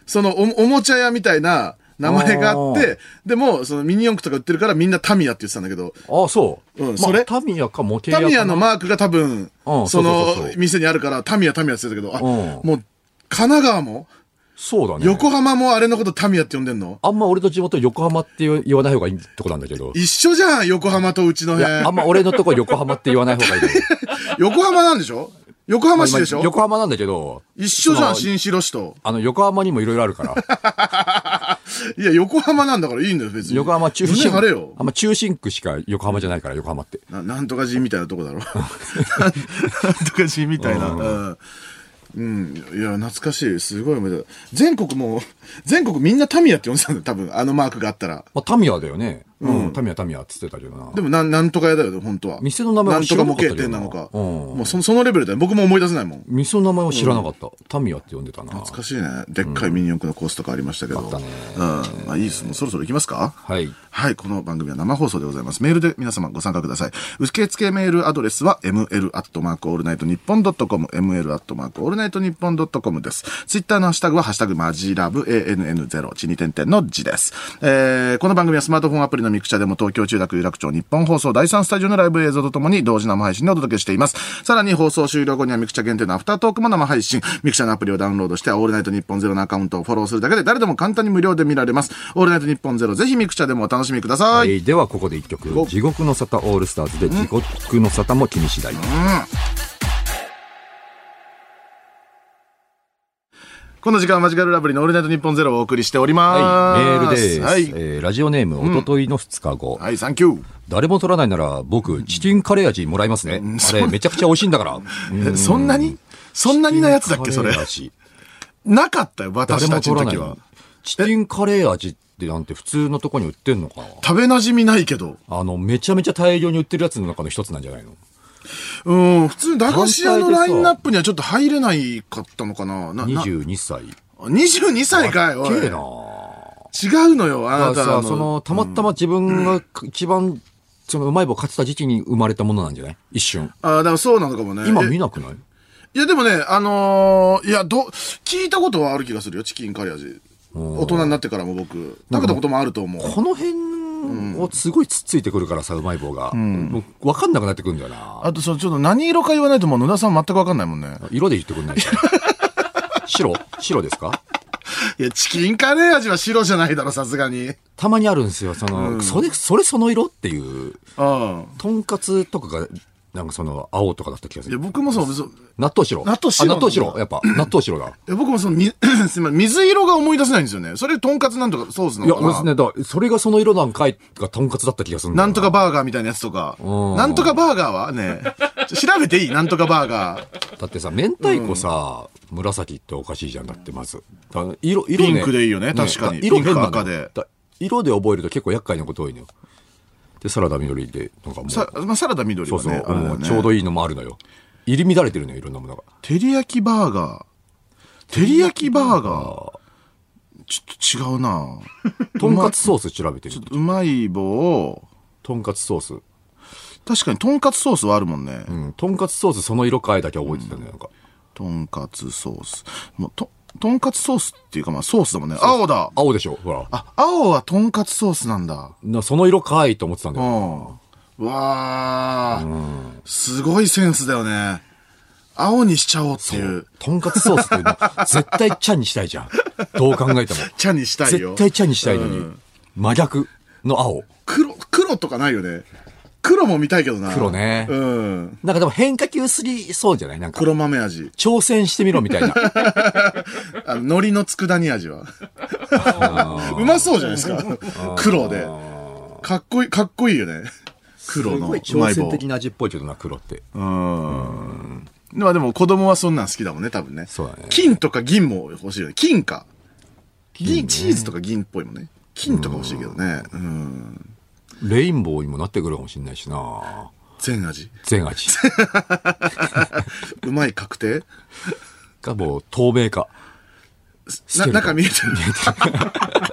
そのお、おもちゃ屋みたいな名前があって、でも、そのミニ四駆とか売ってるからみんなタミヤって言ってたんだけど。 ああ、そう。 うん、それ、まあ、 タミヤかモテヤか。 タミヤのマークが多分、うん、その店にあるから、タミヤタミヤって言ってたけど、あ、うん、もう、神奈川もそうだね。 横浜もあれのことタミヤって呼んでんの？ あんま俺と地元横浜って言わない方がいいとこなんだけど。 一緒じゃん、横浜とうちの辺。 あんま俺のとこ横浜って言わない方がいい。 横浜なんでしょ？横浜市でしょ？ 横浜なんだけど。 一緒じゃん、新城市と。 あの、横浜にもいろいろあるから。 いや、横浜なんだからいいんだよ、別に。 横浜中心。 あれよ。 あんま中心区しか横浜じゃないから、横浜って。 な、なんとか寺みたいなとこだろ。なんとか寺みたいな。うん。うん。いや、懐かしい。すごい思い出。全国もう、全国みんなタミヤって呼んでたんだよ、多分。あのマークがあったら。 まあ、タミヤだよね。うん。タミヤタミヤって言ってたけどな。 でも、なん、なんとか屋だよ、本当は。 店の名前は知らなかった。なんとか模型店なのか。うん。もうそ、そのレベルだよ。僕も思い出せないもん。 店の名前は知らなかった。タミヤって呼んでたな。 懐かしいね。でっかいミニ四駆のコースとかありましたけど。あったね。うん。まあいいです。もうそろそろ行きますか？ はい。 はい。この番組は生放送でございます。メールで皆様ご参加ください。受付メールアドレスは エムエル アットマークオールナイトニッポンドットコム、エムエル アットマークオールナイトニッポンドットコムです。ツイッターのハッシュタグはハッシュタグマジラブ エーエヌエヌゼロ ちに点々の字です。えー、この番組はスマートフォンアプリのミクチャでも東京中学有楽町日本放送だいさんスタジオのライブ映像とともに同時生配信でお届けしています。さらに放送終了後にはミクチャ限定のアフタートークも生配信。ミクチャのアプリをダウンロードしてオールナイトニッポンゼロのアカウントをフォローするだけで誰でも簡単に無料で見られます。オールナイトニッポンゼロぜひミクチャでもお楽しみください。はい、 ではここで一曲。地獄の沙汰オールスターズで地獄の沙汰も君次第。うん。 この時間はマジカルラブリーのオールナイトニッポンゼロをお送りしております。 はい、メールです。はい、えー、ラジオネーム、おとといのふつかご。 はい、サンキュー。誰も取らないなら、僕、チキンカレー味もらいますね。うん、あれ、めちゃくちゃ美味しいんだから。 うん、そんなにそんなになやつだっけ、それ。なかったよ、私たちの時は。 チキンカレー味ってなんて普通のとこに売ってんのかな？ 食べ馴染みないけど。 あの、めちゃめちゃ大量に売ってるやつの中の一つなんじゃないの？ うん、普通、駄菓子屋のラインナップにはちょっと入れないかったのかな。なにじゅうにさい。 にじゅうにさいかい、おい。 けえな。 違うのよ、あなたさ、その、たまたま自分が一番、その、うまい棒買ってた時期に生まれたものなんじゃない？一瞬。 ああ、だからそうなのかもね。 今見なくない？ いや、でもね、あのー、いや、ど、聞いたことはある気がするよ、チキンカレー味。大人になってからも僕、食べたこともあると思う。 この辺をすごいつっついてくるからさ、うまい棒が。うん、もう分かんなくなってくるんだよな。 あと、その、ちょっと何色か言わないともう野田さん全く分かんないもんね。 色で言ってくんない白白ですか？ いや、チキンカレー味は白じゃないだろ、さすがに。 たまにあるんですよ。その、うん、それ、それその色っていう。ああ。とんかつとかが、なんかその、青とかだった気がする。 いや、僕もそう、 納豆白。 納豆白。 納豆白。やっぱ、納豆白だ。いや、僕もその、み、すみません、水色が思い出せないんですよね。それ、とんかつなんとかソースなのかな。 いや、ですね、だそれがその色なんかいがとんかつだった気がするんだよな。 なんとかバーガーみたいなやつとか。なんとかバーガーはね、調べていい？なんとかバーガー。 だってさ、明太子さ、うん、紫っておかしいじゃんだって、まず。色、色ね。ピンクでいいよね、確かに。 色変な赤で。 色で覚えると結構厄介なこと多いのよ。で、サラダ緑で、なんかもう。 さ、まあ、サラダ緑はね。 そうそう、ね、ちょうどいいのもあるのよ。入り乱れてるのよ、いろんなものが。 照り焼きバーガー。照り焼きバーガー。ちょっと違うなとんかつソース調べてみて。 ちょっとうまい棒。 とんかつソース。 確かにとんかつソースはあるもんね。 うん。とんかつソースその色変えだけ覚えてたんだよ、なんか。 とんかつソース。もう、と、とんかつソースっていうかまあソースだもんね。青だ。 青でしょ、ほら。 あ、青はとんかつソースなんだ。 な、その色かいと思ってたんだよ。 うん。わー、うん。すごいセンスだよね。青にしちゃおうっていう。 とんかつソースっていうの絶対茶にしたいじゃん。どう考えても。 茶にしたいよ。 絶対茶にしたいのに。うん、真逆の青。 黒、黒とかないよね。黒も見たいけどな。 黒ね。 うん。 なんかでも変化球すぎそうじゃないなんか。 黒豆味。 挑戦してみろみたいな。 あの、海苔の佃煮味は。うまそうじゃないですか。黒で。かっこいい、かっこいいよね。黒の。 すごい挑戦的な味っぽいけどな、黒って。うん。 まあでも子供はそんなん好きだもんね、多分ね。 そうだね。 金とか銀も欲しいよね。金か。銀、ね、チーズとか銀っぽいもんね。金とか欲しいけどね。うん。 レインボーにもなってくるかもしれないしな。 全味全味。 うまい確定かもう透明か。 な、中見えてる。見えてる。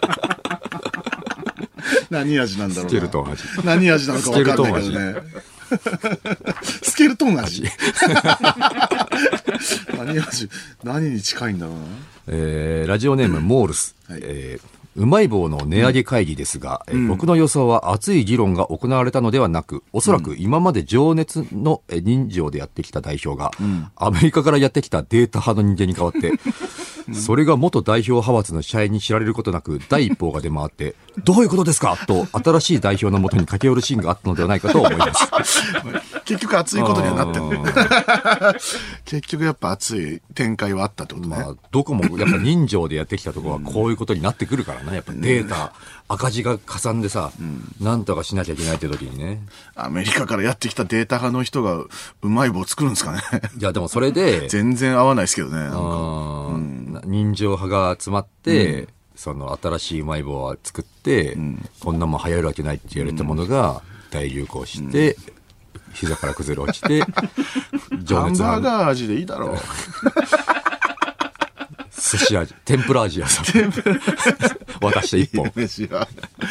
何味なんだろうな。 スケルトン味。 何味なのか分かんないけどね。スケルトン味。何味何に近いんだろうな。 えー、ラジオネームモールス、はい、えーうまい棒の値上げ会議ですが、うん、僕の予想は熱い議論が行われたのではなく、おそらく今まで情熱の人情でやってきた代表が、うん、アメリカからやってきたデータ派の人間に変わって、うん、それが元代表派閥の社員に知られることなく、第一報が出回って、どういうことですかと、新しい代表のもとに駆け寄るシーンがあったのではないかと思います。 結局熱いことにはなってる。結局やっぱ熱い展開はあったってことね。まあ、 どこもやっぱ人情でやってきたところはこういうことになってくるからね。やっぱデータ、うん、赤字がかさんでさ、うん、なんとかしなきゃいけないって時にね。 アメリカからやってきたデータ派の人がうまい棒作るんですかね。 いやでもそれで。 全然合わないですけどね。なんかうん、人情派が集まって、うん、その新しいうまい棒を作って、うん、こんなもん流行るわけないって言われたものが大流行して、うん膝から崩れ落ちて情熱ハンバーガー味でいいだろう寿司味天ぷら味やさ渡して一本飯は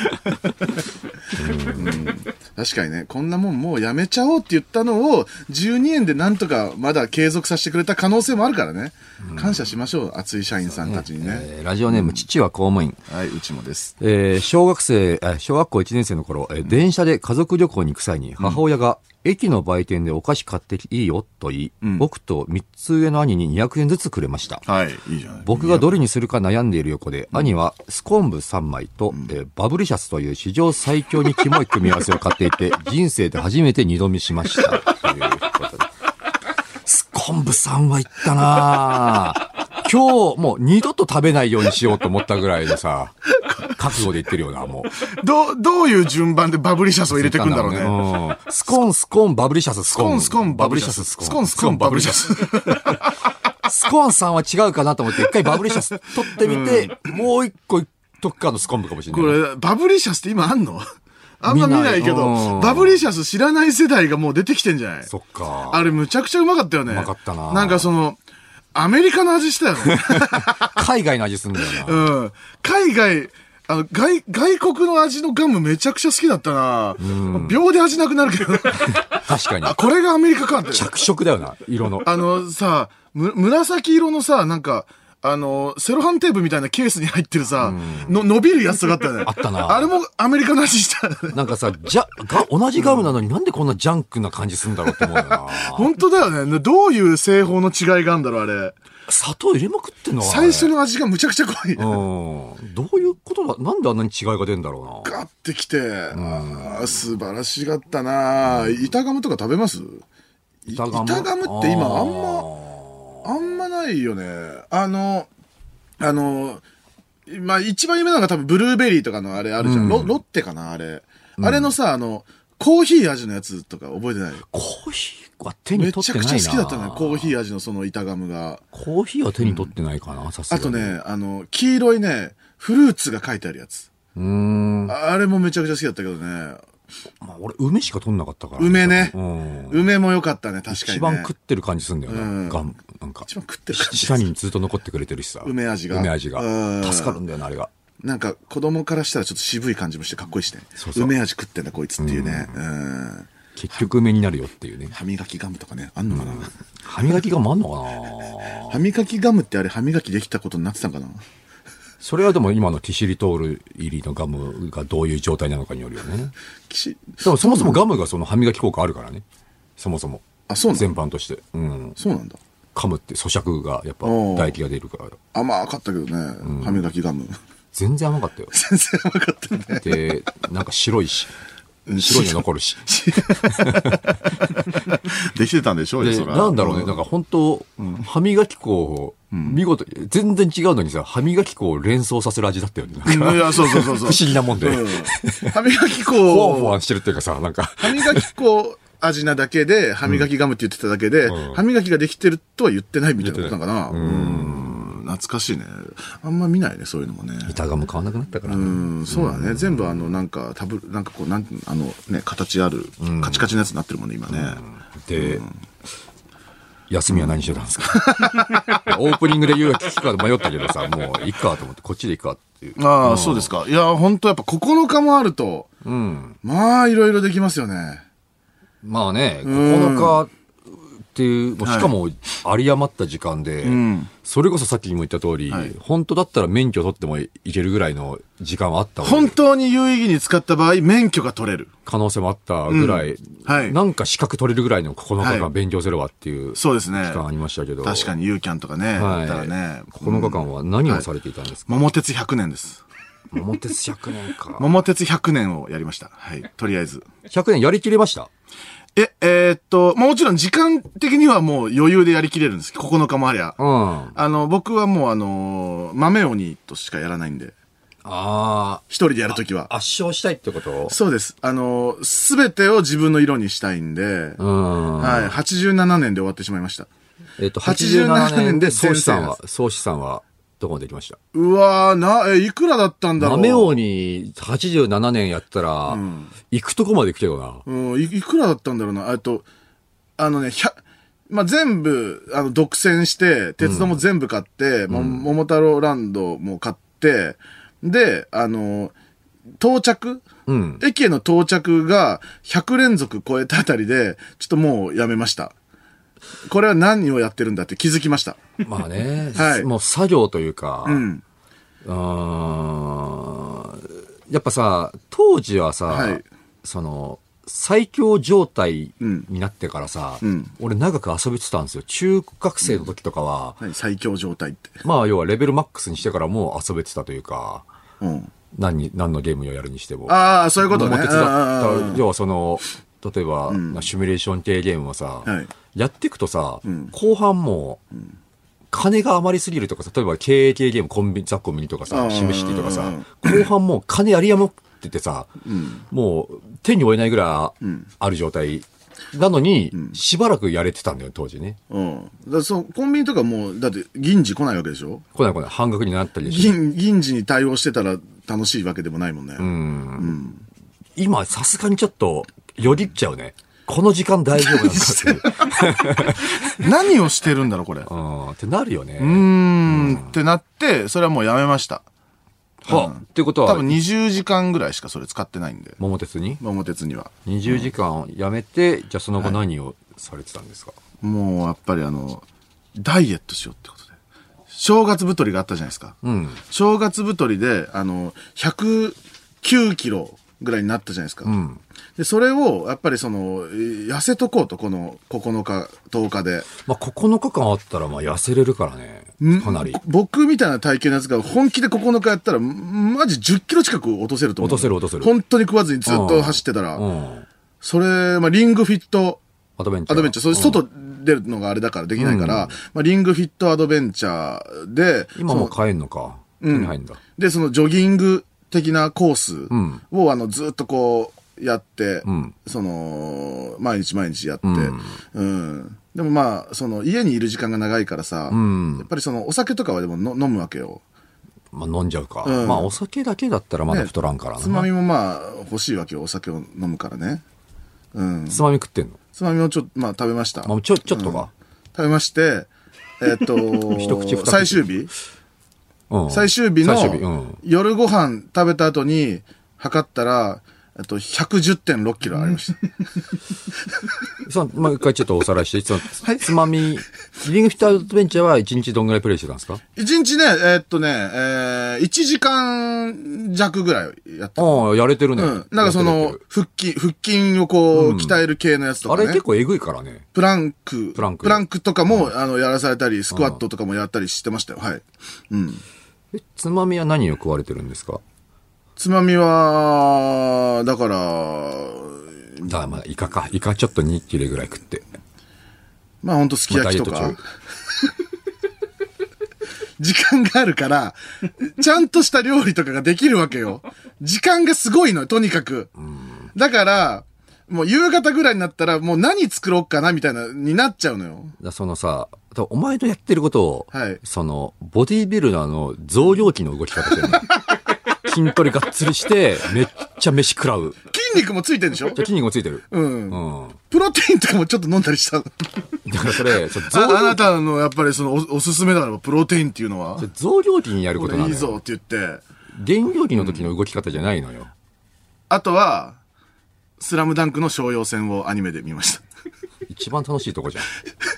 うん、確かにねこんなもんもうやめちゃおうって言ったのをじゅうにえんでなんとかまだ継続させてくれた可能性もあるからね、うん、感謝しましょう熱い社員さんたちにね、 えー、ラジオネーム、うん、父は公務員、 はいうちもです、 えー、小学生小学校いちねん生の頃、えー、電車で家族旅行に行く際に母親が、うん駅の売店でお菓子買っていいよと言い、うん、僕とみっつ上の兄ににひゃくえんずつくれました。 はい、いいじゃない。 僕がどれにするか悩んでいる横で、うん、兄はスコンブさんまいと、うんえー、バブリシャスという史上最強にキモい組み合わせを買っていて、人生で初めて二度見しました。ということで。スコンブさんはいったなぁ。今日もう二度と食べないようにしようと思ったぐらいでさ、覚悟で言ってるよな、もう。どう、どういう順番でバブリシャスを入れていくんだろうね。 うん、スコーン、スコーン、バブリシャス、 スコーン、スコーン、バブリシャス、スコーン、スコーン、バブリシャス。 スコーンさんは違うかなと思って、一回バブリシャス取ってみて、うん、もう一個特化のスコンブかもしれない。 これ、バブリシャスって今あんのあんま見ないけど、バブリシャス知らない世代がもう出てきてんじゃない？ そっか。 あれむちゃくちゃうまかったよね。 うまかったな。 なんかその、アメリカの味したよね。 海外の味すんだよな。 うん。海外、あの、外、外国の味のガムめちゃくちゃ好きだったな。うん。秒で味なくなるけど。確かに。 あ、これがアメリカかって。 着色だよな、色の。 あのさ、む、紫色のさ、なんか、あの、セロハンテープみたいなケースに入ってるさ、うん、の、伸びるやつとかあったよね。 あったな。 あれもアメリカの味したよね。 なんかさ、じゃ、が、同じガムなのになんでこんなジャンクな感じするんだろうって思うよな。 本当だよね。どういう製法の違いがあるんだろう、あれ。 砂糖入れまくってんの？ 最初の味がむちゃくちゃ濃い。 うん。どういうことだ？なんであんなに違いが出るんだろうな。 ガッてきて、うん、あ素晴らしかったな。板ガムとか食べます？板ガム？板ガムって今あんま、あんまないよね。あの、あの、まあ、一番有名なのが多分ブルーベリーとかのあれあるじゃん。うん、ロ, ロッテかなあれ。うん、あれのさ、あの、コーヒー味のやつとか覚えてない？ コーヒーは手に取ってないな。 めちゃくちゃ好きだったね。コーヒー味のその板ガムが。 コーヒーは手に取ってないかな、さすがに。 あとね、あの、黄色いね、フルーツが書いてあるやつ。 うーん。 あれもめちゃくちゃ好きだったけどね。 まあ、俺、梅しか取んなかったから。 梅ね。うん、梅も良かったね、確かに、ね。 一番食ってる感じすんだよな。うん、ガム、なんか。 一番食ってる感じ。 舌にずっと残ってくれてるしさ。 梅味が。 梅味が。助かるんだよな、あれが。 なんか子供からしたらちょっと渋い感じもしてかっこいいしね。そうそう。梅味食ってんだこいつっていうね。うん。うん結局梅になるよっていうね。 歯磨きガムとかね、あんのかな、うん、 歯磨きガムあんのかな歯磨きガムってあれ歯磨きできたことになってたんかなそれはでも今のキシリトール入りのガムがどういう状態なのかによるよね。 キシでもそもそもガムがその歯磨き効果あるからね。そもそも。 あ、そうなんだ。 全般として。うん。 そうなんだ。 噛むって咀嚼がやっぱ唾液が出るから。 甘かったけどね、うん、歯磨きガム。 全然甘かったよ。 全然甘かったね。 で、なんか白いし。白いの残るし。 できてたんでしょうね、 それ。なんだろうね、なんか本当、うん、歯磨き粉を、見事、全然違うのにさ、歯磨き粉を連想させる味だったよね。 いや、そうそうそうそう。 不思議なもんで。うん、 歯磨き粉を。 フワンフワンしてるっていうかさ、なんか。 歯磨き粉味なだけで、歯磨きガムって言ってただけで、うん、歯磨きができてるとは言ってないみたいなことなのかな。うん。懐かしいね。あんま見ないね、そういうのもね。 板ガム買わなくなったからね。 うん、そうだね。うん、全部あの、なんか、タブ、なんかこう、なんあの、ね、形ある、うん、カチカチのやつになってるもんね、今ね。うん、 で、うん、休みは何してたんですかオープニングで言うか聞くか迷ったけどさ、もういいかと思って、こっちでいいかっていう。 ああ、うん、そうですか。いや、本当やっぱここのかもあると、うん、まあ、いろいろできますよね。 まあね、ここのか、 っていう、もうしかも有り余った時間で、はいうん、それこそさっきも言った通り、はい、本当だったら免許取ってもいけるぐらいの時間はあったわけ。 本当に有意義に使った場合、免許が取れる。 可能性もあったぐらい、うんはい、なんか資格取れるぐらいのここのかかん勉強すればっていう、 そうですね。 期間ありましたけど。 確かにユーキャンとかね、はい、だったらね。 ここのかかんは何をされていたんですか？ はい、桃鉄ひゃくねんです。 桃鉄ひゃくねんか。 桃鉄ひゃくねんをやりました。はい。とりあえず。 ひゃくねんやりきれました？ え、えー、っと、もちろん時間的にはもう余裕でやりきれるんですけど、ここのかもありゃ。うん。あの、僕はもうあのー、豆鬼としかやらないんで。ああ。一人でやるときは。 圧勝したいってこと？ そうです。あのー、すべてを自分の色にしたいんで、うん。はい。はちじゅうななねんで終わってしまいました。 えっと、はちじゅうななねんで総資産は、総資産は、どこまで行きました？ うわー、な、え、いくらだったんだろう。 豆鬼はちじゅうななねんやったら、うん、行くとこまで行くけどな。 うん、い, いくらだったんだろうな。えっと、あのね、ひゃ、まあ、全部、あの、独占して、鉄道も全部買って、うん、桃太郎ランドも買って、で、あの、到着、うん、駅への到着がひゃく連続超えたあたりで、ちょっともうやめました。これは何をやってるんだって気づきました。 まあね、はい、もう作業というか、うん、あやっぱさ、当時はさ、はい、その、最強状態になってからさ、うん、俺長く遊びてたんですよ。中学生の時とかは。 うん、最強状態って。 まあ要はレベルマックスにしてからもう遊べてたというか、うん、何, 何のゲームをやるにしても。 ああ、そういうことね。 桃鉄だった。要はその、例えば、うん、シミュレーション系ゲームはさ、はい、やっていくとさ、うん、後半もう、うん金が余りすぎるとかさ、例えば経営系ゲーム、コンビニ、ザ・コンビニとかさ、シムシティとかさ、後半もう金有り余っててさ、うん、もう手に負えないぐらいある状態なのに、うん、しばらくやれてたんだよ、当時ね。 うん。だそう、コンビニとかもう、だって銀次来ないわけでしょ？ 来ない来ない。半額になったりでしょ。銀、銀次に対応してたら楽しいわけでもないもんね。うん。うん、 今、さすがにちょっと、よぎっちゃうね。この時間大丈夫なんかって何をしてるんだろうこれ。うん。 ってなるよね。 うーん。ってなって、それはもうやめました。 は、うん、ってことは多分にじゅうじかんぐらいしかそれ使ってないんで。 桃鉄に桃鉄には。 にじゅうじかんやめて、うん、じゃあその後何をされてたんですか？はい、もうやっぱりあの、ダイエットしようってことで。正月太りがあったじゃないですか。うん。正月太りで、あの、ひゃくきゅうキロぐらいになったじゃないですか。うん。で、それを、やっぱりその、痩せとこうと、このここのか、とおかで。 まあ、ここのかかんあったら、まあ、痩せれるからね。かなり。 僕みたいな体型のやつが、本気でここのかやったら、マジじゅっキロ近く落とせると思う。 落とせる落とせる。 本当に食わずにずっと走ってたら。うん。それ、まあ、リングフィット。 アドベンチャー。 アドベンチャー。それ、外出るのがあれだからできないから、うん、まあ、リングフィットアドベンチャーで。 今も買えんのか。手に入んだ。 で、そのジョギング的なコースを、あの、ずっとこう、やって、うん、その、毎日毎日やって、うん、うん。でもまあ、その、家にいる時間が長いからさ、うん、やっぱりその、お酒とかはでもの飲むわけよ。 まあ飲んじゃうか。うん、まあお酒だけだったらまだ太らんからな、 ね。つまみもまあ、欲しいわけよ。お酒を飲むからね。うん。 つまみ食ってんの？ つまみをちょっと、まあ食べました。 まあ、ちょ、ちょっとか、 うん。食べまして、えー、っと、 一口二口最終日、うん、最終日の、うん、夜ご飯食べた後に、測ったら、あと ひゃくじゅってんろっキロありました。 その、もう一回ちょっとおさらいして、その、はい、つまみ、リングフィットアドベンチャーはいちにちどんぐらいプレイしてたんですか？ いちにちね、えー、っとね、えー、いちじかん弱ぐらいやってた。 ああ、やれてるね。 うん。なんかその、腹筋、腹筋をこう、鍛える系のやつとかね、 うん。あれ結構えぐいからね。 プランク。 プランク。 プランクとかも、うん、あの、やらされたり、スクワットとかもやったりしてましたよ。はい。うん。 え、つまみは何を食われてるんですか？ つまみは、だから、 だからまあ、イカか。イカちょっとに切れぐらい食って。 まあほんとすき焼きとか。まあ、時間があるから、ちゃんとした料理とかができるわけよ。時間がすごいのよ、とにかく。だから、もう夕方ぐらいになったら、もう何作ろうかなみたいな、になっちゃうのよ。 だそのさ、お前のやってることを、はい、その、ボディービルダーの増量期の動き方してるの。筋トレがっつりして、めっちゃ飯食らう。 筋肉もついてるでしょ？ じゃ筋肉もついてる。うん。 うん。プロテインとかもちょっと飲んだりしたの。 だからそれ、 そあ、あなたのやっぱりそのお、おすすめだからプロテインっていうのは。 増量期にやることなのよ。 いいぞって言って。 減量期の時の動き方じゃないのよ。うん、 あとは、スラムダンクの商用戦をアニメで見ました。 一番楽しいとこじゃん。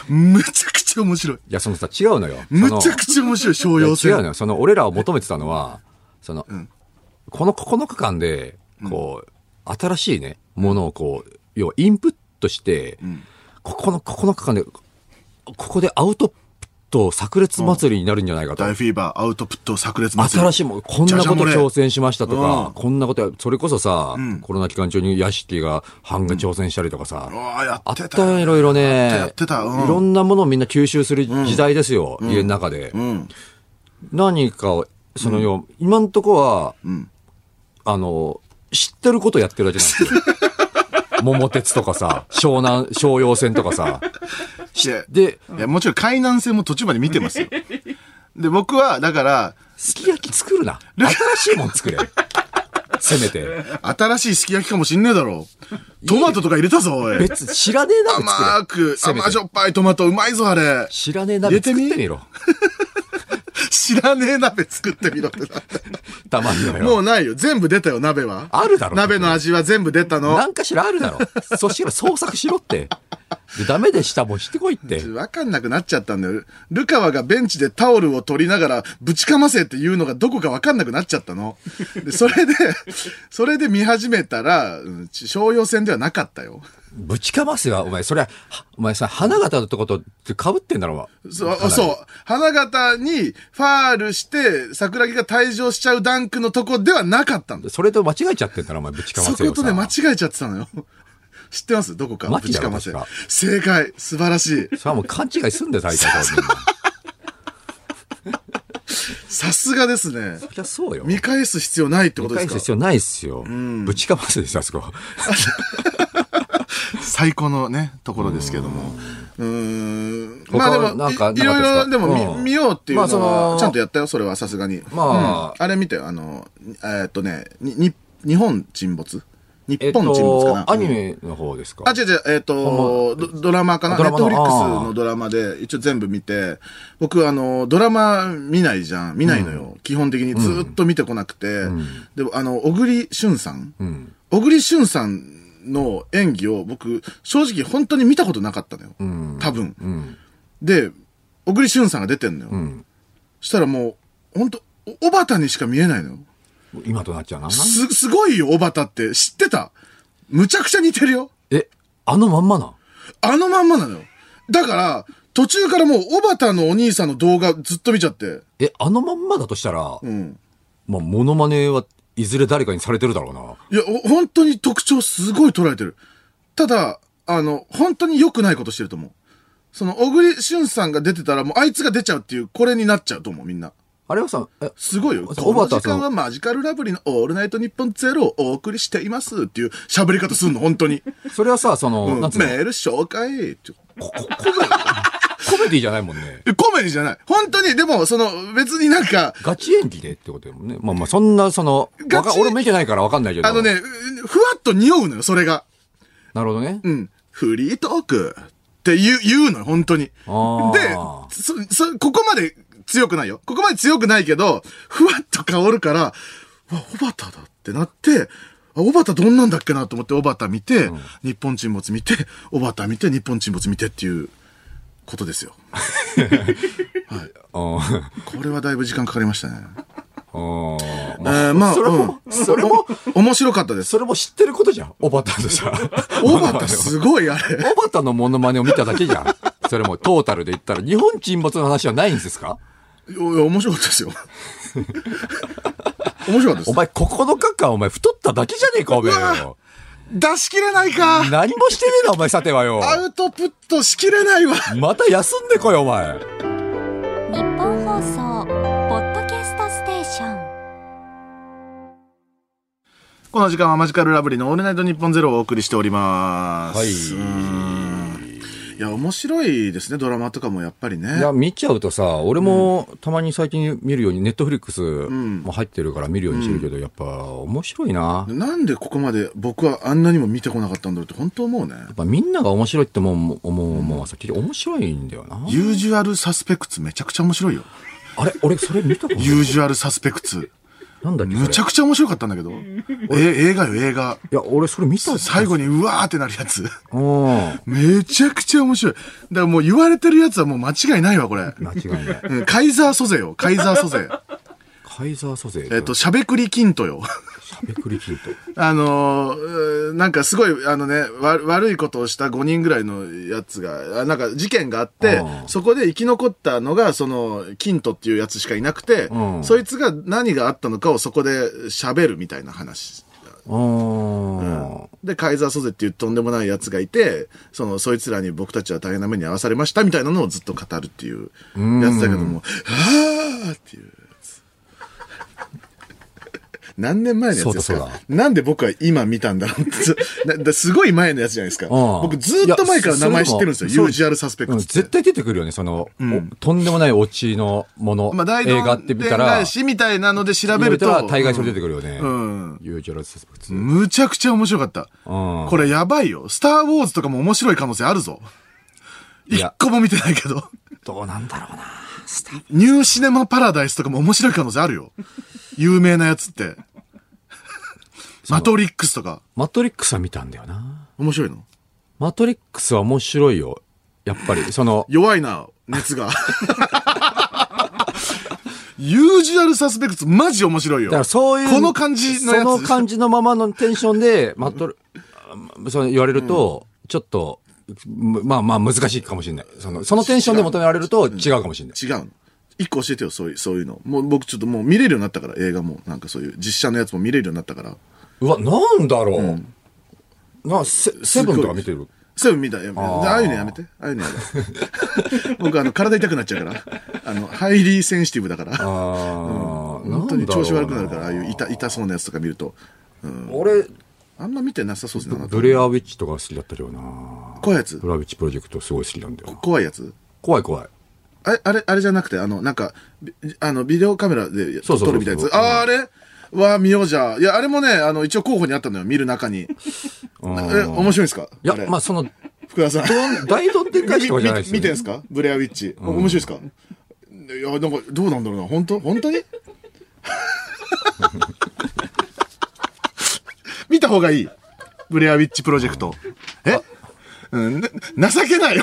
むちゃくちゃ面白い。いや、そのさ、違うのよ。 むちゃくちゃ面白い、商用性。 違うのよ。その、俺らを求めてたのは、その、うん、このここのかかんで、こう、うん、新しいね、ものをこう、要はインプットして、うん、ここのここのかかんで、ここでアウトプット炸裂祭りになるんじゃないかと。 大フィーバー、アウトプット炸裂祭り。新しいもん、こんなこと挑戦しましたとか、こんなこと、それこそさ、うん、コロナ期間中に屋敷が版が挑戦したりとかさ、うん、 あったよ、いろいろね。 やってた、うん、 いろんなものをみんな吸収する時代ですよ、うん、家の中で。うん、何かを、そのよ、うん、今んとこは、うん、あの、知ってることやってるだけなんですよ。桃鉄とかさ、湘南、湘陽線とかさ。 で、いや、もちろん海南線も途中まで見てますよ。で、僕は、だから、 すき焼き作るな。新しいもん作れ。せめて。 新しいすき焼きかもしんねえだろ。トマトとか入れたぞ、おい。 別、知らねえ鍋作れ。 甘く、甘じょっぱいトマトうまいぞ、あれ。 知らねえ鍋作ってみろ。 知らねえ鍋作ってみろってな。 たまんのよ。 もうないよ。全部出たよ、鍋は。 あるだろ。 鍋の味は全部出たの。 なんかしらあるだろ。そしたら創作しろって。でダメでしたもんしてこいって。 わかんなくなっちゃったんだよ。ルカワがベンチでタオルを取りながらぶちかませっていうのがどこかわかんなくなっちゃったの。でそれで、それで見始めたら、商用戦ではなかったよ。 ぶちかますよ、お前。それは、お前さ、花形のとこと被ってんだろ、わ。 そう、そう。花形にファールして、桜木が退場しちゃうダンクのとこではなかったんだ。 それと間違えちゃってんだろ、お前、ぶちかませよ。 そことね、間違えちゃってたのよ。知ってますどこか。ぶちかませ。正解。素晴らしい。 それはもう勘違いすんで、大体みんな。さすがですね。 そりゃそうよ。 見返す必要ないってことですか？ 見返す必要ないっすよ。ぶちかませですよ、あそこ。 最高のね、ところですけども。うーん。まあでも、なんかいろいろでも見ようっていうのは、ちゃんとやったよ、それはさすがに。まあ、あれ見てよ、あの、えっとね、に、日本沈没日本沈没かな、 えっと、アニメの方ですか？ あ、違う違う、えっと、ドラマかなネットフリックスのドラマで一応全部見て、僕あの、ドラマ見ないじゃん。見ないのよ。うん、基本的にずっと見てこなくて。うん、でも、あの、小栗旬さん、うん、小栗旬さんの演技を僕、正直本当に見たことなかったのよ。うん、多分、うん。で、小栗旬さんが出てんのよ。うん、したらもう、本当小畑にしか見えないのよ。 今となっちゃうな。 す、すごいよ、小畑って。知ってた？むちゃくちゃ似てるよ。 え、あのまんまな？ あのまんまなのよ。だから、途中からもう、小畑のお兄さんの動画ずっと見ちゃって。 え、あのまんまだとしたら、うん。まあ、モノマネはいずれ誰かにされてるだろうな。 いや、本当に特徴すごい捉えてる。ただ、あの、本当に良くないことしてると思う。その、小栗旬さんが出てたら、もうあいつが出ちゃうっていう、これになっちゃうと思う、みんな。 あれはさ、 すごいよ。この時間はマジカルラブリーのオールナイトニッポンゼロをお送りしていますっていう喋り方すんの、本当に。 それはさ、その、うん、 なんつうのメール紹介って。 こ、こ、コメディ、コメディじゃないもんね。 コメディじゃない。本当に、でも、その、別になんか。 ガチ演技でってことだもんね。まあまあ、そんな、その、わか、俺見てないからわかんないけど。 あのね、ふわっと匂うのよ、それが。 なるほどね。 うん。フリートークって言う、言うのよ、本当に。で、そ、そ、ここまで、強くないよ。ここまで強くないけど、ふわっと香るから、わ、小畑だってなって、あ、小畑どんなんだっけなと思って、小畑見て、うん、日本沈没見て、小畑見て、日本沈没見てっていうことですよ。はい。これはだいぶ時間かかりましたね。 あまあ、 えー、まあ、 それも、うん、それも、 面白かったです。 それも知ってることじゃん。小畑のさ。 小畑すごいあれ。 小畑のモノマネを見ただけじゃん。それもトータルで言ったら、日本沈没の話はないんですか？ いや、面白かったですよ。面白かったです。 お前ここのかかんお前太っただけじゃねえか、お前よ。 出し切れないか。 何もしてねえな、お前さてはよ。 アウトプットしきれないわ。 また休んでこい、お前。 日本放送、ポッドキャストステーション。 この時間はマジカルラブリーのオールナイトニッポンゼロをお送りしております。 はい。 いや、面白いですね、ドラマとかもやっぱりね。 いや、見ちゃうとさ、俺もたまに最近見るように、ネットフリックスも入ってるから見るようにしてるけど、うん、やっぱ面白いな。 なんでここまで僕はあんなにも見てこなかったんだろうって本当思うね。 やっぱみんなが面白いって思う、思うもんはさ、結局面白いんだよな。 ユージュアルサスペクツめちゃくちゃ面白いよ。 あれ俺それ見たことない。 ユージュアルサスペクツ。 なんだっけむちゃくちゃ面白かったんだけど。え、映画よ、映画。 いや、俺それ見た最後にうわーってなるやつ。 うん。 めちゃくちゃ面白い。だからもう言われてるやつはもう間違いないわ、これ。 間違いない。 うん、カイザー蘇生よ、カイザー蘇生。 カイザー蘇生えっと、しゃべくりキントよ。 しゃべくりキント。 あのー、なんかすごい、あのね、わ悪いことをしたごにんぐらいのやつが、なんか事件があって、そこで生き残ったのが、その、キントっていうやつしかいなくて、そいつが何があったのかをそこで喋るみたいな話。うん、で、カイザー蘇生っていうとんでもないやつがいて、その、そいつらに僕たちは大変な目に遭わされましたみたいなのをずっと語るっていうやつだけども、はぁーっていう。何年前のやつですか？そうだそうだ。なんで僕は今見たんだろうって。すごい前のやつじゃないですか。僕ずっと前から名前知ってるんですよ。ユージュアルサスペクト、うん。 絶対出てくるよね、その、うん、とんでもないオチのもの、まあ、映画って見たら。 しみたいなので調べると。 大概それ出てくるよね。 うん。 ユージュアルサスペクト。 むちゃくちゃ面白かった。うん。これやばいよ。スターウォーズとかも面白い可能性あるぞ。一個も見てないけど。 どうなんだろうな。 ニューシネマパラダイスとかも面白い可能性あるよ。有名なやつって。マトリックスとか。 マトリックスは見たんだよな。 面白いの？ マトリックスは面白いよ。やっぱり、その。 弱いな、熱が。ユージュアルサスペクトマジ面白いよ。 だからそういう。 この感じのやつ。 その感じのままのテンションで、マトリ、そう言われると、うん、ちょっと、まあまあ難しいかもしれない。その、そのテンションで求められると違うかもしれない。 違う。違う一個教えてよ、そういう、そういうの。もう僕ちょっともう見れるようになったから、映画も。なんかそういう実写のやつも見れるようになったから。 うわ、なんだろう。うん、な、セ、セブンとか見てる？ セブン見た。やめて。ああいうのやめて。ああいうのやめて。僕あの、体痛くなっちゃうから。あの、ハイリーセンシティブだから。ああ、うん。本当に調子悪くなるから、ああいう痛、痛そうなやつとか見ると。 うん、俺、 あんま見てなさそうですね。 ブレアウィッチとか好きだったよな。 怖いやつ？ ブレアウィッチプロジェクトすごい好きなんだよ。 怖いやつ？ 怖い怖い。 あれ、あれ、あれじゃなくて、あの、なんか、あの、ビデオカメラで撮るみたいなやつ。ああ、あれは見ようじゃ。いや、あれもね、あの、一応候補にあったのよ、見る中に。え、面白いんですか？ いや、まあ、その、 福田さん。 大どんでん返しとかじゃないですよ、 ね。見てんすか？ブレアウィッチ。うん、面白いですか？いや、なんか、どうなんだろうな。本当本当に見た方がいい。ブレアウィッチプロジェクト。えうん、情けないよ。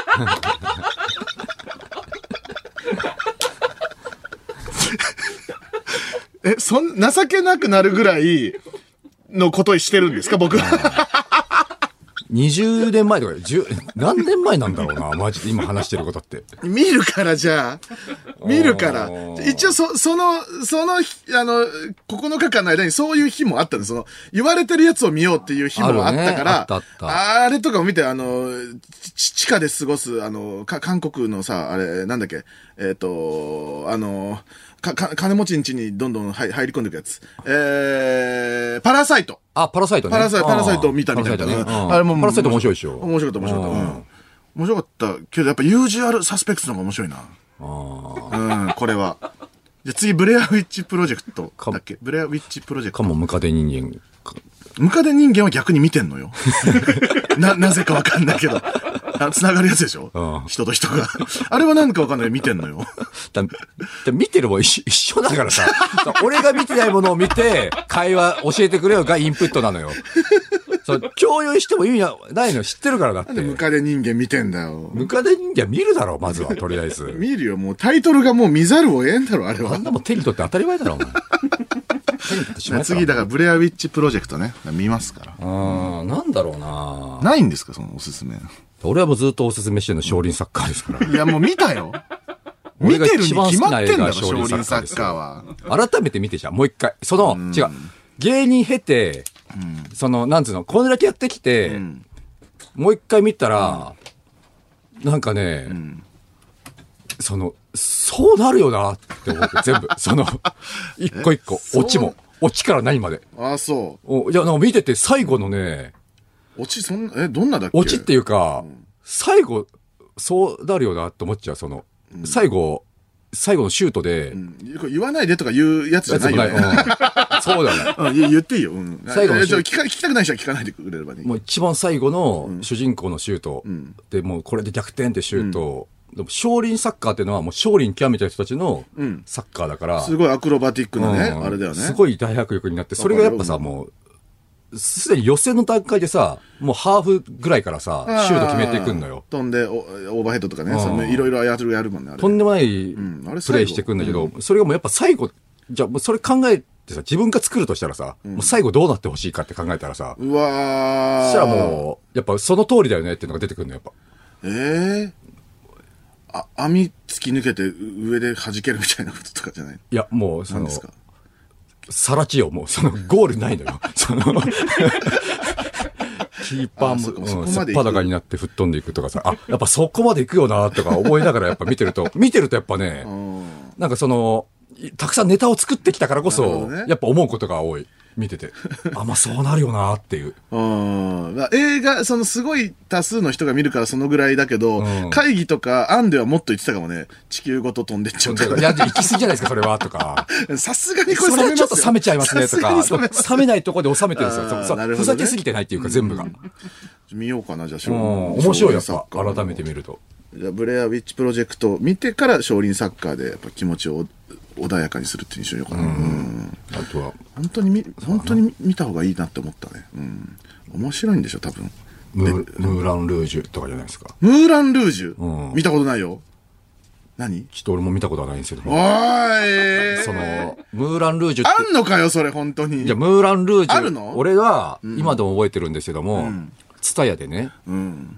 え、そん、情けなくなるぐらいのことしてるんですか、僕。 にじゅうねんまえとか、何年前なんだろうな、マジで今話してることって。 見るから、じゃあ。見るから。一応、そ、その、その、あの、ここのかかんの間にそういう日もあったんです。その、言われてるやつを見ようっていう日もあったから、あ, ね、あ, ったあ, ったあれとかも見て、あの、地下で過ごす、あの、か韓国のさ、あれ、なんだっけ、えっ、ー、と、あの、か、か、金持ちん家にどんどん入り込んでいくやつ。えー、パラサイト。 あ、パラサイトね。 パラサイト、パラサイトを見たみたいな。ねうん、 あれも、パラサイト面白いでしょ。 面白かった、面白かった。うん。面白かったけど、やっぱユージュアルサスペクトの方が面白いな。あうん、これは。じゃ次、ブレアウィッチプロジェクトだっけ？ブレアウィッチプロジェクト。 かも、ムカデ人間。 ムカデ人間は逆に見てんのよ。な、なぜかわかんないけど。あ、繋がるやつでしょ、うん、人と人が。あれは何かわかんない見てんのよ。 だだ見てるも一緒だからさ。俺が見てないものを見て、会話教えてくれよがインプットなのよ。そう共有しても意味ないの知ってるからだって。 なんでムカデ人間見てんだよ。 ムカデ人間見るだろ、まずは、とりあえず。 見るよ、もうタイトルがもう見ざるを得んだろ、あれは。 あんなもん手に取って当たり前だろ、お前。 次、だからブレアウィッチプロジェクトね、見ますから。 ああ、なんだろうな。 ないんですか、そのおすすめ。 俺はもうずっとおすすめしてるの少林サッカーですから。 いや、もう見たよ。見てるに決まってんだろ、少林サッカーは。 改めて見てじゃん、もう一回。その、違う。芸人経て、うん、その、なんつうの、これだけやってきて、うん、もう一回見たら、うん、なんかね、うん、その、そうなるよなって思って、全部。その、一個一個、オチも。オチから何まで。 ああ、そう。 おいや、なんか見てて最後のね、 オチ、そんな、え、どんなだっけ？ オチっていうか、うん、最後、そうなるよなって思っちゃう、その、うん、最後、最後のシュートで、うん、 言わないでとか言うやつじゃないよね。 うん、そうだね、 うん。言っていいよ。うん、最後のシュート。聞か、聞きたくない人は聞かないでくれればね。 もう一番最後の主人公のシュート、うん、で、もうこれで逆転ってシュートでも少林サッカーっていうのはもう少林極めた人たちのサッカーだから。 うん、すごいアクロバティックなね、うん、あれだよね。 すごい大迫力になって、それがやっぱさ、もう、すでに予選の段階でさ、もうハーフぐらいからさ、シュート決めていくんだよ。 飛んでオーバーヘッドとかね、いろいろやるやるもんね。あれとんでもないプレイしていくんだけど、うん、それがもうやっぱ最後、じゃあもうそれ考えてさ、自分が作るとしたらさ、うん、もう最後どうなってほしいかって考えたらさ、 うわー。 そしたらもう、やっぱその通りだよねっていうのが出てくるのやっぱ。 ええー。あ、網突き抜けて上で弾けるみたいなこととかじゃない？ いや、もう、その、さらちよ、もう、その、ゴールないのよ。その、キーパーも、うん、すっぱだかになって吹っ飛んでいくとかさ、あ、やっぱそこまで行くよな、とか思いながらやっぱ見てると、見てるとやっぱね、なんかその、たくさんネタを作ってきたからこそ、ね、やっぱ思うことが多い。見てて。あ、まあそうなるよなっていう。 うん。映画、そのすごい多数の人が見るからそのぐらいだけど、うん、会議とか案ではもっと言ってたかもね。地球ごと飛んでっちゃうとか。 いや、行き過ぎじゃないですか、それは、とか。 さすがにこれ冷めますよ。それはちょっと冷めちゃいますね、とか。冷めないとこで収めてるんですよ。ね、ふざけすぎてないっていうか、全部が。うん、 見ようかな、じゃあ、 うん、面白いやっぱ、改めて見ると。 じゃあ、ブレアウィッチプロジェクトを見てから少林サッカーでやっぱ気持ちを穏やかにするっていう印象ようかな。うん。 あとは。 本当に見、本当に見た方がいいなって思ったね。うん。面白いんでしょ、多分。 ムー、ムーランルージュとかじゃないですか。 ムーランルージュ、うん、見たことないよ。何？ ちょっと俺も見たことはないんですけど。 おーい。 その、ムーランルージュって。 あんのかよ、それ、本当に。 いや、ムーランルージュ。 あるの？ 俺は、今でも覚えてるんですけども、ツタヤでね、 うん、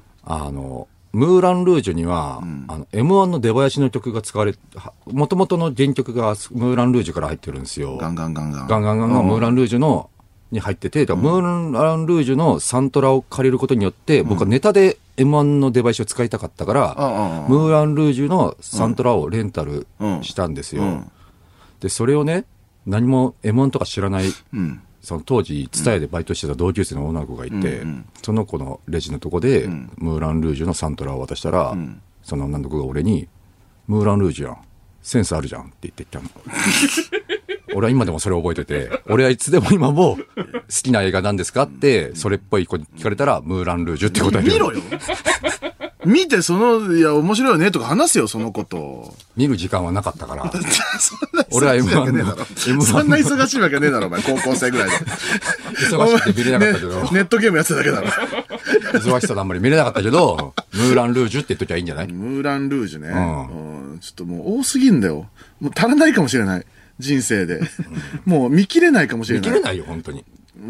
あの、ムーランルージュには、うん、あの、エムワン の出囃子の曲が使われ、もともとの原曲がムーランルージュから入ってるんですよ。 ガンガンガンガン。 ガンガンガンがムーランルージュの、に入ってて、うん、ムーランルージュのサントラを借りることによって、うん、僕はネタで エムワン の出囃子を使いたかったから、うん、ムーランルージュのサントラをレンタルしたんですよ。うんうん、で、それをね、何も エムワン とか知らない、うんその当時、ツタヤでバイトしてた同級生の女の子がいて、うんうん、その子のレジのとこで、うん、ムーランルージュのサントラを渡したら、うん、その女の子が俺に、ムーランルージュやん。センスあるじゃんって言ってきたの。俺は今でもそれを覚えてて、俺はいつでも今も好きな映画なんですかって、それっぽい子に聞かれたら、ムーランルージュって答える。 見ろよ見て、その、いや、面白いよねとか話すよ、そのこと。 見る時間はなかったから。 そんな俺は エムワン の。 そんな忙しいわけねえだろ、お前。高校生ぐらいで。 忙しくて見れなかったけど。 ね、ネットゲームやってただけだろ。 忙しさであんまり見れなかったけど、ムーランルージュって言っときゃいいんじゃない？ ムーランルージュね。うん。ちょっともう多すぎんだよ。もう足らないかもしれない。人生で。もう見切れないかもしれない。 見切れないよ、本当に。 うん。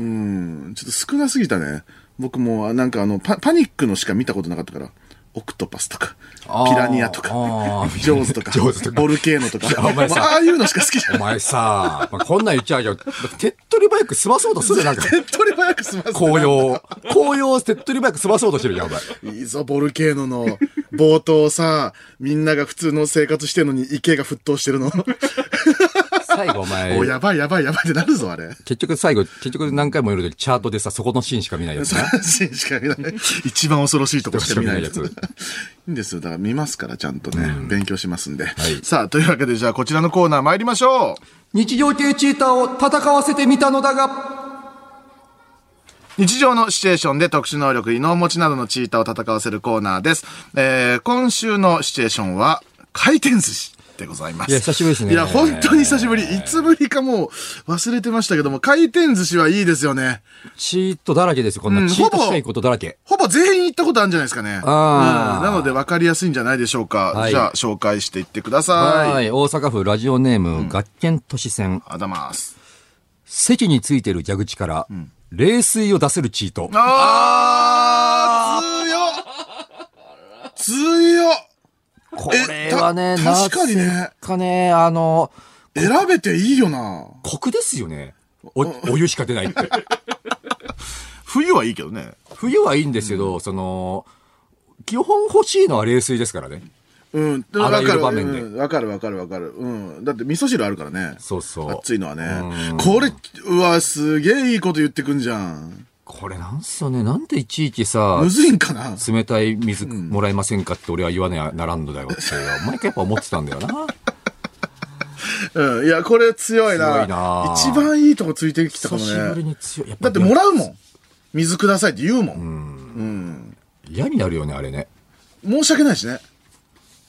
ちょっと少なすぎたね。僕も、なんかあの、パ、パニックのしか見たことなかったから。オクトパスとか、ピラニアとか、ジョーズとか、ボルケーノとか、お前さ、ああいうのしか好きじゃない。 お前さ、まあ、こんなん言っちゃうよ。手っ取り早く済まそうとするなんか。 手っ取り早く済まそう。 紅葉。紅葉を手っ取り早く済まそうとしてるじゃん、お前。いいぞ、ボルケーノの冒頭さ、みんなが普通の生活してるのに池が沸騰してるの。 最後お前。 お、やばいやばいやばいってなるぞ、あれ。 結局最後、結局何回も見るときチャートでさ、そこのシーンしか見ないやつね。 シーンしか見ない。一番恐ろしいとこしか見ないやつ。いいんですよ。だから見ますから、ちゃんとね、うん、勉強しますんで。はい、さあ、というわけで、じゃあこちらのコーナー参りましょう。 日常系チーターを戦わせてみたのだが。 日常のシチュエーションで特殊能力、異能持ちなどのチーターを戦わせるコーナーです。えー、今週のシチュエーションは、回転寿司。でございます。 いや、久しぶりですね。 いや、本当に久しぶり。いつぶりかもう忘れてましたけども、回転寿司はいいですよね。 チートだらけですよ。こんなチートしたいことだらけ。 ほぼ、ほぼ全員行ったことあるんじゃないですかね。あうん、なので分かりやすいんじゃないでしょうか。はい、じゃあ、紹介していってください。 はい。大阪府ラジオネーム、うん、学研都市線。 あだます。 席についてる蛇口から、うん、冷水を出せるチート。 あー強っ強っこれはね、 確かにね。 かね、あの、 選べていいよな。 コクですよね。お、お湯しか出ないって。 冬はいいけどね。 冬はいいんですけど、うん、その、基本欲しいのは冷水ですからね。 うん。 あらゆる場面で。 わかるわかるわかる。うん。だって味噌汁あるからね。 そうそう。 熱いのはね。これ、うわ、すげえいいこと言ってくんじゃん。 これなんすよね。なんでいちいちさ、 むずいんかな冷たい水もらえませんかって俺は言わねえならんのだよって、毎回やっぱ思ってたんだよな。 うん。いや、これ強いな。強いな。一番いいとこついてきたかもね。 久しぶりに強い。 だってもらうもん。水くださいって言うもん。うん。 うん。嫌になるよね、あれね。 申し訳ないしね。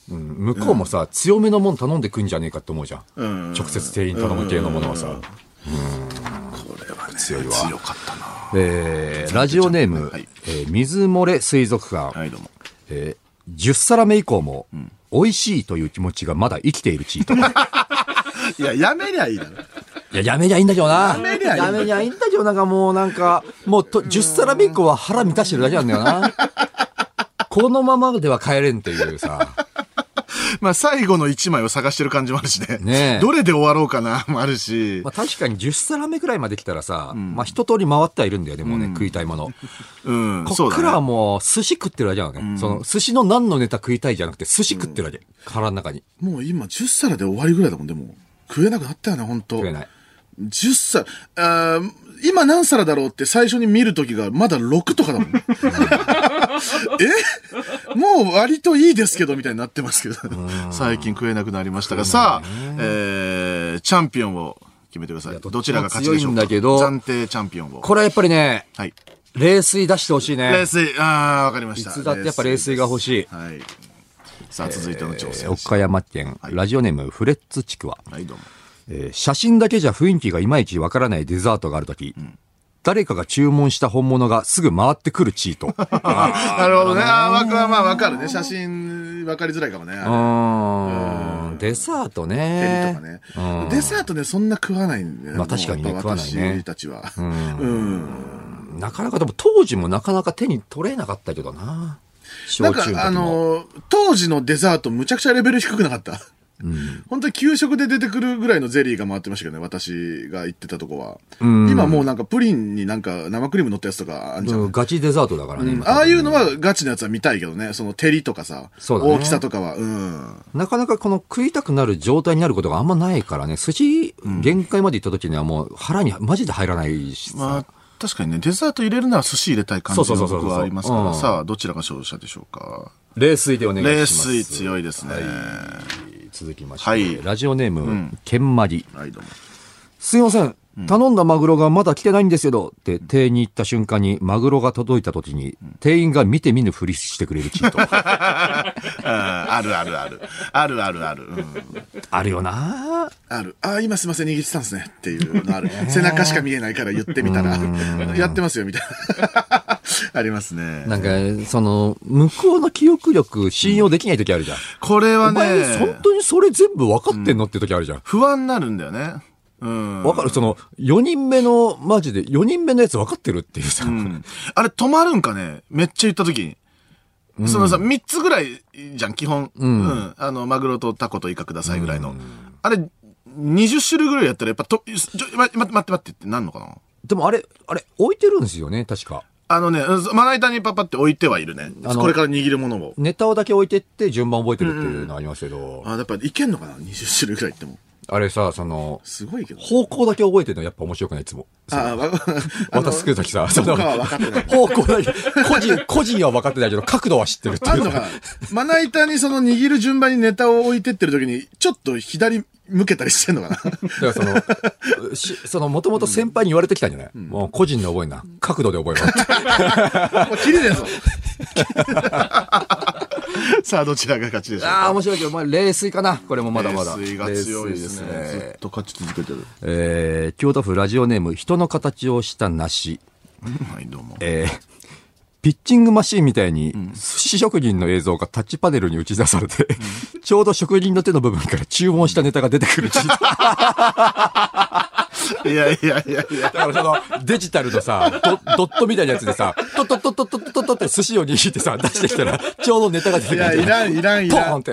うん、向こうもさ、うん、強めのもん頼んでくんじゃねえかって思うじゃん。うん、直接店員頼む系のものはさ。うん、これはね、 強いわ。 強かったな。 えー、ラジオネーム、はい、えー、水漏れ水族館。はい、どうも。えー、じゅっ皿目以降も、うん、美味しいという気持ちがまだ生きているチート。 いや、やめりゃいいだろ。 いや、やめりゃいいんだけどな。 やめりゃいい。 やめりゃいいんだけど、なんかもうなんか、もうとじゅっ皿目以降は腹満たしてるだけなんだよな。このままでは帰れんっていうさ。 まあ最後の一枚を探してる感じもあるしね。ねえ。どれで終わろうかなもあるし。 まあ確かにじゅっ皿目くらいまで来たらさ、うん、まあ一通り回ってはいるんだよね、もうね、うん、食いたいもの。うん。こっからはもう寿司食ってるわけだよね。うん、その寿司の何のネタ食いたいじゃなくて寿司食ってるわけ。うん、腹の中に。 もう今じゅっ皿で終わりぐらいだもん、でも。食えなくなったよね、ほんと。 食えない。 じゅっ皿、あ今何皿だろうって最初に見るときがまだろくとかだもん。えもう割といいですけどみたいになってますけど。最近食えなくなりましたが、さあ、えー、チャンピオンを決めてください。どちらが勝ちでしょうか。 強いんだけど、 暫定チャンピオンを。 これはやっぱりね、 はい、 冷水出してほしいね。 冷水、ああ、わかりました。 いつだってやっぱ冷水が欲しい。 はい。さあ、続いての挑戦、 えー。岡山県、はい、ラジオネームフレッツちくわ。 はい、どうも。 えー、写真だけじゃ雰囲気がいまいちわからないデザートがあるとき、うん、誰かが注文した本物がすぐ回ってくるチート。 なるほどね。ああ、わか、まあわかるね。写真わかりづらいかもね。 うん。デザートね。 照りとかね。デザートね、そんな食わないんだよね。 まあ確かにね、食わないね。 私たちは。 うん。うん、なかなか、でも当時もなかなか手に取れなかったけどな。 なんか、あの、当時のデザートむちゃくちゃレベル低くなかった。うん、本当に給食で出てくるぐらいのゼリーが回ってましたけどね、私が行ってたとこは。うん、今もうなんかプリンになんか生クリーム乗ったやつとかあんじゃん。うん、 ガチデザートだからね。 うん、ああいうのはガチなやつは見たいけどね、その照りとかさ、ね、大きさとかは、うん。 なかなかこの食いたくなる状態になることがあんまないからね、寿司限界まで行った時にはもう腹にマジで入らないしさ。まあ確かにね、デザート入れるなら寿司入れたい感じの僕はありますから、さあ、どちらが勝者でしょうか。 冷水でお願いします。 冷水強いですね。はい、 続きまして、 はい、 ラジオネーム、うん、ケンマリ。 はい、どうも。 すいません。頼んだマグロがまだ来てないんですけどって店員に行った瞬間にマグロが届いた時に店員が見て見ぬふりしてくれるチート。 あ, あるあるある。あるあるある。うん、 あるよな。 ある。あ、今すいません握ってたんですねっていうのある。背中しか見えないから言ってみたらやってますよみたいな。ありますね。 なんかその向こうの記憶力信用できない時あるじゃん。うん、 これはね。お前本当にそれ全部分かってんの、うん、って時あるじゃん。 不安になるんだよね。うん。 わかるその、よにんめの、マジで、よにんめのやつ分かってるっていうさ。うん、 あれ止まるんかねめっちゃ言った時に。うん、そのさ、みっつぐらいじゃん、基本。うん。うん、あの、マグロとタコとイカくださいぐらいの。うん、あれ、にじゅっ種類ぐらいやったらやっぱと、ちょ、待って待って待ってってなんのかな。 でもあれ、あれ、置いてるんですよね、確か。 あのね、まな板にパパって置いてはいるね。これから握るものを。 ネタをだけ置いてって順番覚えてるっていうのありますけど。 うん、あ、やっぱいけんのかな ?にじゅっ 種類ぐらいっても。 あれさ、その、 すごいけど。 方向だけ覚えてるのやっぱ面白くないいつも。 ああ、渡す作るときさ、 その、方向だけ、個人、個人は分かってないけど、角度は知ってるっていう。あるのかなまな板にその握る順番にネタを置いてってるときに、ちょっと左向けたりしてんのかなだからその、しその、もともと先輩に言われてきたんじゃない、うん、もう個人で覚えんな。角度で覚えろ。 もう切りねえぞ。さあ、どちらが勝ちでしょうか。 ああ、面白いけど、まあ、冷水かな。これもまだまだ。 冷水が強いですね。ずっと勝ち続けてる。 えー、京都府ラジオネーム、人の形をした梨。 はい、どうも。 えー、ピッチングマシーンみたいに、うん、寿司職人の映像がタッチパネルに映し出されて、うん、ちょうど職人の手の部分から注文したネタが出てくる。 いやいやいやいや。 だからその、デジタルのさ、ド, ドットみたいなやつでさ、トットットットットットットって寿司を握ってさ、出してきたら、ちょうどネタが出てくる。 いや、いらん、いらん、いらん。 ポーンって。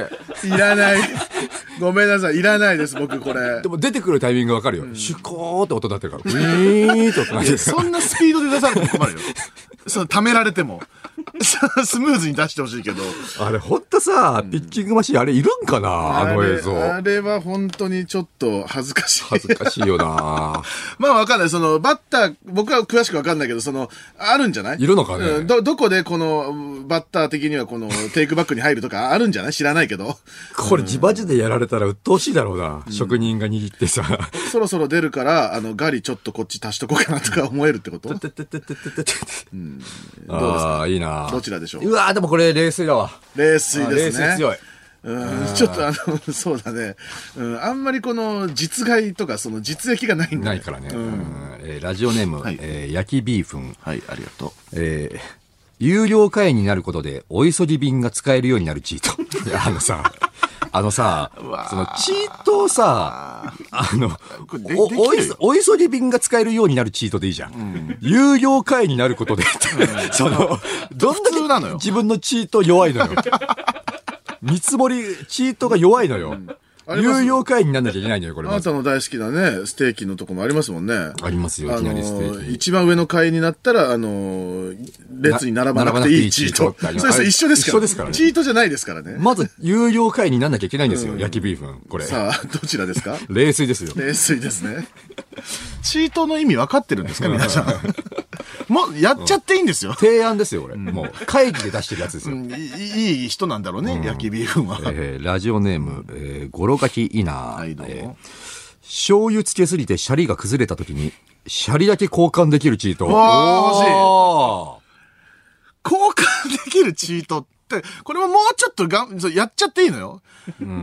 いらない。ごめんなさい、いらないです、僕、これ。 でも出てくるタイミングわかるよ。うん、シュコーって音になってるから。ウィーンと音なってる。 そんなスピードで出されても困るよ。その、溜められても。スムーズに出してほしいけど。 あれ、ほんとさ、ピッチングマシン、あれいるんかな、あの映像。 あれは本当にちょっと恥ずかしい。 恥ずかしいよなまあわかんない。その、バッター、僕は詳しくわかんないけど、その、あるんじゃないいるのかね、 うん、ど、どこでこの、バッター的にはこの、テイクバックに入るとかあるんじゃない知らないけど。 これ、自バジでやられたら鬱陶しいだろうな。うん、職人が握ってさ。 そろそろ出るから、あの、ガリちょっとこっち足しとこうかなとか思えるってことうん、どうですかああ、いいなどちらでしょううわーでもこれ冷水だわ。 冷水ですね。 冷水強い。 うん、ちょっとあの、そうだね。うん、あんまりこの実害とかその実益がないんだ、ね、 ないからね。うん、えー、ラジオネーム、はい、えー、焼きビーフン。 はい、ありがとう。 えー、有料会員になることで、お急ぎ便が使えるようになるチート。いや、あのさ、あのさ、そのチートをさ、あの、お、おい、お急ぎ便が使えるようになるチートでいいじゃん。うん、有料会員になることで、その、どんだけ自分のチート弱いのよ。見積もり、チートが弱いのよ。うん、有料会員にならなきゃいけないのよ、これ。 あなたの大好きなね、ステーキのとこもありますもんね。 ありますよ、いきなりステーキ。 一番上の会員になったら、あの、列に並ばなくていいチート。そうです、一緒ですから。一緒ですからね。チートじゃないですからね。 まず、有料会員にならなきゃいけないんですよ、うん、焼きビーフン。これ。 さあ、どちらですか？ 冷水ですよ。 冷水ですね。チートの意味分かってるんですか、皆さん。もう、やっちゃっていいんですよ。 提案ですよ、俺。もう、会議で出してるやつですよ。 いい人なんだろうね、焼きビーフンは。 えー、ラジオネーム、えー、ゴロガキイナー。はい、どうも。えー、醤油つけすぎてシャリが崩れた時に、シャリだけ交換できるチート。 わー、欲しい。交換できるチートって、これももうちょっとがん、やっちゃっていいのよ。うんうん、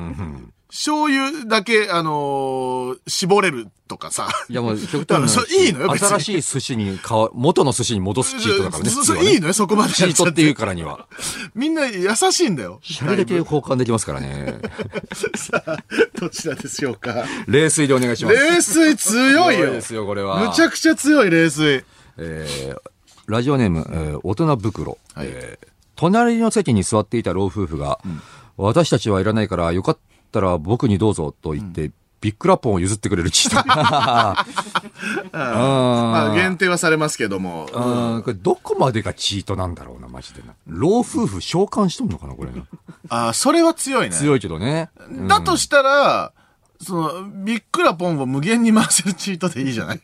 醤油だけ、あのー、絞れるとかさ。 いやもう、極端な。 それいいのよ、 別に。新しい寿司に変わ、元の寿司に戻すチートだからね。 そ、それいいのよ、そこまで。 チートっていうからには。 みんな優しいんだよ。 シャリだけ交換できますからね。 さあ、どちらでしょうか。 冷水でお願いします。 冷水強いよ。 強いですよ、これは。 むちゃくちゃ強い冷水。 えー、ラジオネーム、えー、大人袋。はい、えー、隣の席に座っていた老夫婦が、うん、私たちはいらないからよかったら僕にどうぞと言って、うん、ビックラポンを譲ってくれるチート。 まあ限定はされますけども。 うん、これどこまでがチートなんだろうな、マジでな。老夫婦召喚しとんのかな、これな。 ああ、それは強いね。 強いけどね。 うん、だとしたら、その、ビックラポンを無限に回せるチートでいいじゃない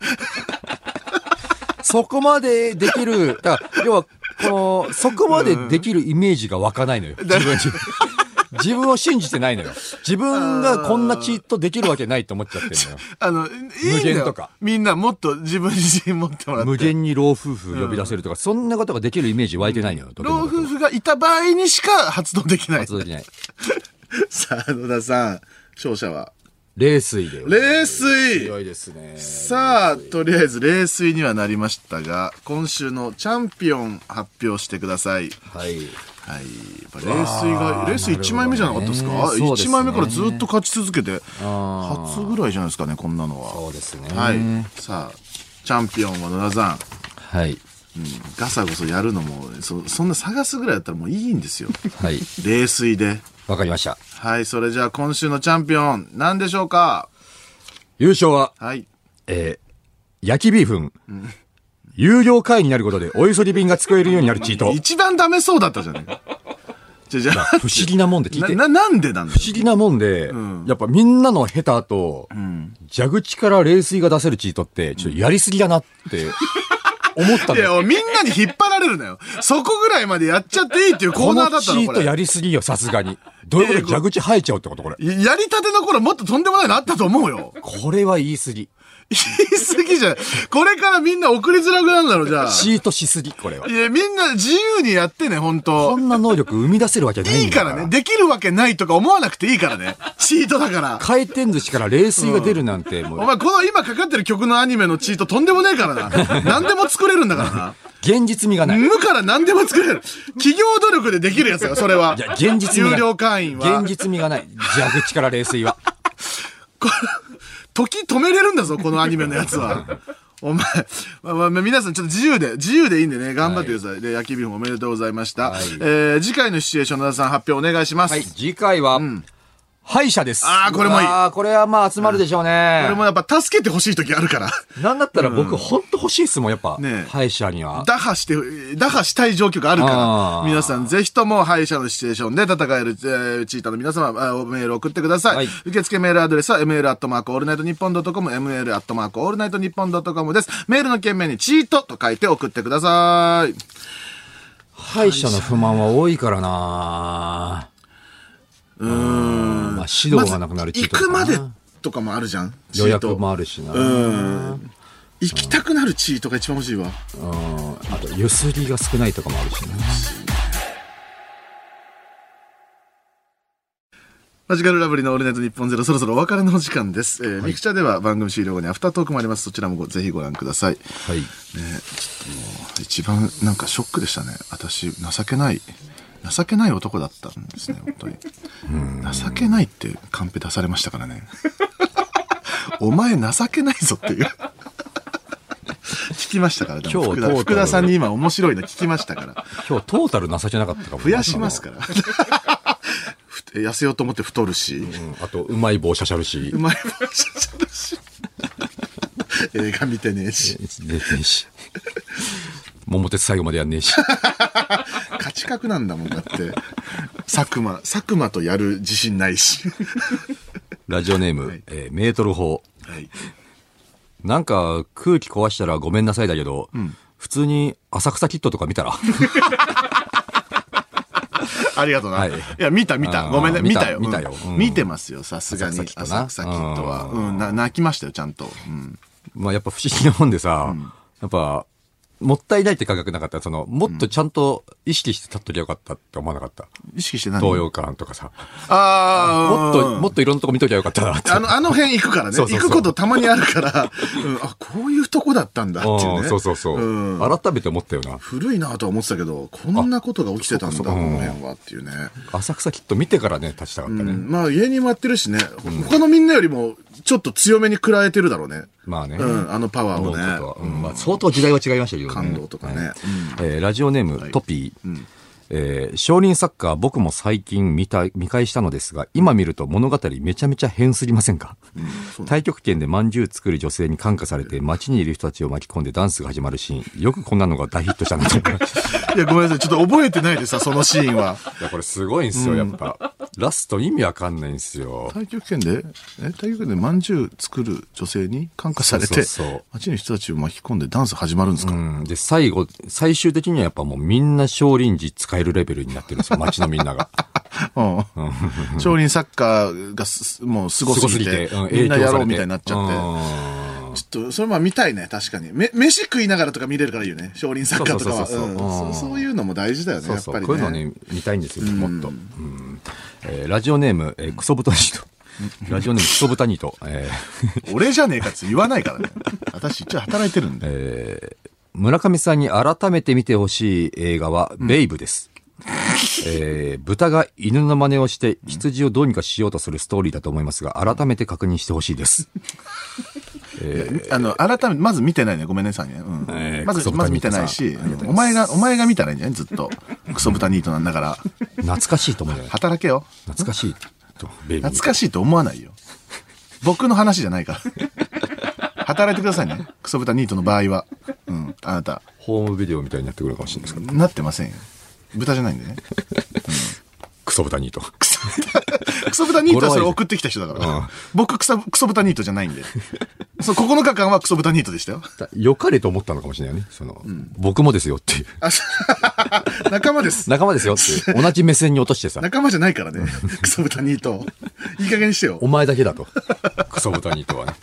そこまでできる、だから要は、この、そこまでできるイメージが湧かないのよ。自分に。自分を信じてないのよ。自分がこんなチートできるわけないと思っちゃってるのよ。 あの、いい無限とか。みんなもっと自分自身持ってもらって。 無限に老夫婦呼び出せるとか、うん、そんなことができるイメージ湧いてないのよ。 老夫婦がいた場合にしか発動できない。 発動できない。 さあ、野田さん、勝者は冷水で。 冷水強いですね。 さあ、とりあえず冷水にはなりましたが、今週のチャンピオン発表してください。 はい。 はい。冷水が、冷水いちまいめじゃなかったですか？ね、いちまいめからずっと勝ち続けて、初ぐらいじゃないですかね、こんなのは。 そうですね。 はい。さあ、チャンピオンは野田さん。 はい。 うん、ガサゴソやるのもそ、そんな探すぐらいだったらもういいんですよ。 はい。 冷水で。 わかりました。 はい、それじゃあ今週のチャンピオン、何でしょうか？ 優勝は、 はい。 えー、焼きビーフン。うん、有料会員になることで、お急ぎ便が使えるようになるチート。 一番ダメそうだったじゃないか。じゃじゃあ、 不思議なもんで聞いて。 な、なんでなんだ不思議なもんで、うん、やっぱみんなのヘタと、うん、蛇口から冷水が出せるチートって、ちょっとやりすぎだなって。思ったんだよ。 いや、みんなに引っ張られるなよ。そこぐらいまでやっちゃっていいっていうコーナーだったの、これ。 このチートやりすぎよ、さすがに。どういうこと？蛇口生えちゃうってことこれ。 やりたての頃もっととんでもないのあったと思うよ。 これは言い過ぎ。 言い過ぎじゃん。これからみんな送りづらくなるんだろう、じゃあ。 チートしすぎ、これは。 いや、みんな自由にやってね、ほんと。 こんな能力生み出せるわけないんだから。 いいからね。できるわけないとか思わなくていいからね。チートだから。 回転寿司から冷水が出るなんて、もう。 お前、この今かかってる曲のアニメのチートとんでもねえからな。何でも作れるんだからな。 現実味がない。 無から何でも作れる。企業努力でできるやつだよ、それは。 いや、現実味がない。 有料会員は。 現実味がない。蛇口から冷水は。 時止めれるんだぞ、このアニメのやつは。お前、まあまあ、皆さんちょっと自由で、自由でいいんでね、頑張ってください。はい、で、焼きビーフンおめでとうございました。はい、えー、次回のシチュエーション、野田さん発表お願いします。はい、 次回は、うん歯医者です。 ああ、これもいい。ああ、これはまあ集まるでしょうね。 これもやっぱ助けてほしい時あるから。 なんだったら僕ほんと欲しいっすもん、やっぱ。ね歯医者には。 打破して、打破したい状況があるから。皆さんぜひとも歯医者のシチュエーションで戦える、えー、チーターの皆様、メールを送ってください。はい、受付メールアドレスは エムエル アットマークオールナイトニッポンドットコム、エムエル アットマークオールナイトニッポンドットコムです。メールの件名にチートと書いて送ってください。 歯医者の不満は多いからなうーん。 まあ、指導がなくなるチートとかな、ま、行くまでとかもあるじゃん。 予約もあるしな。 うん。行きたくなるチートが一番欲しいわ。 うん。あと、ゆすりが少ないとかもあるしな。 マジカルラブリーのオールナイト日本ゼロ、そろそろお別れのお時間です。えー、はい、ミクチャでは番組終了後にアフタートークもあります。そちらもごぜひご覧ください。 はい。 ね、ちょっともう、一番なんかショックでしたね。私、情けない、情けない男だったんですね、本当に。情けないってカンペ出されましたからね。お前情けないぞっていう。聞きましたから、今日福田、福田さんに今面白いの聞きましたから。 今日トータル情けなかったかも。 増やしますから。痩せようと思って太るし、うん、 あとうまい棒しゃしゃるし、 うまい棒しゃしゃるし、映画見てねえし、 出てねえし、桃鉄最後までやんねえし、 勝ち確なんだもんだって。佐久間佐久間とやる自信ないし。 ラジオネーム、はい、えー、メートル砲、はい、なんか空気壊したらごめんなさいだけど、うん、普通に浅草キッドとか見たら。 ありがとうな。はい、いや、見た見た。ごめんね。見たよ。見たよ。うん、見てますよ、さすがに。浅草キッドは。うん、な、泣きましたよ、ちゃんと。うん。 まあ、やっぱ不思議なもんでさ、うん、やっぱ、もったいないって感覚なかったら、その、もっとちゃんと意識して立っときゃよかったって思わなかった。 意識して何？ 東洋館とかさ。 ああ、もっと、もっといろんなとこ見ときゃよかったなって。 あの、あの辺行くからね。そうそうそう、行くことたまにあるから、うん、あ、こういうとこだったんだっていうね。 そうそうそう。うん、改めて思ったよな。 古いなとは思ってたけど、こんなことが起きてたんだ、この辺はっていうね。 浅草きっと見てからね、立ちたかったね。うん、 まあ、芸人もやってるしね、うん、他のみんなよりも、ちょっと強めに食らえてるだろうね。 まあね。 うん、あのパワーをね。うん、まあ、相当時代は違いましたけどね。 感動とかね。はい、 えー、ラジオネーム、はい、トピー。うん、えー、少林サッカー僕も最近見た、見返したのですが、今見ると物語めちゃめちゃ変すぎませんか？うん、太極拳で饅頭作る女性に感化されて街にいる人たちを巻き込んでダンスが始まるシーン。よくこんなのが大ヒットしたなと思いました。 いや、ごめんなさい。ちょっと覚えてないでさ、そのシーンは。 いや、これすごいんですよ、やっぱ。うん、ラスト意味わかんないんですよ。 太極拳でえ太極拳で饅頭作る女性に感化されて、そうそうそう、街の人たちを巻き込んでダンス始まるんですか？うん。 で、最後、最終的にはやっぱもうみんな少林寺使えるレベルになってるんですよ、街のみんなが。 うん、少林サッカーがすもうすごすぎて、うん、みんなやろうみたいになっちゃって。ちょっと、それまあ見たいね、確かに。め、飯食いながらとか見れるからいいよね。少林サッカーとかは。そういうのも大事だよね、 そうそう、 やっぱりね。 こういうのね、見たいんですよ、もっと。うん、えー、ラジオネーム、えー、クソブタニート。ラジオネーム、クソブタニート。えー、俺じゃねえかって言わないからね。私一応働いてるんで。 えー、村上さんに改めて見てほしい映画は、ベイブです。うん、えー、豚が犬の真似をして羊をどうにかしようとするストーリーだと思いますが、改めて確認してほしいです。 えー、あの、改めて、まず見てないね。ごめんなさいね。うん。えー、まず、まず見てないし、お前が、お前が見たらいいんじゃないずっと。クソ豚ニートなんだから。 懐かしいと思うよね。 働けよ。 懐かしいと。 懐かしいと思わないよ。僕の話じゃないから。働いてくださいね。クソ豚ニートの場合は。うん。あなた。 ホームビデオみたいになってくるかもしれないですけど。 なってませんよ。豚じゃないんでね。うん、 クソ豚ニート。 クソ豚、クソ豚ニートはそれ送ってきた人だから。うん、僕クソ、クソ豚ニートじゃないんで。そう、ここのかかんはクソ豚ニートでしたよ。 良かれと思ったのかもしれないね。その、うん、僕もですよっていう。 仲間です。 仲間ですよっていう。同じ目線に落としてさ。 仲間じゃないからね。クソ豚ニート。いい加減にしてよ。 お前だけだと。クソ豚ニートはね。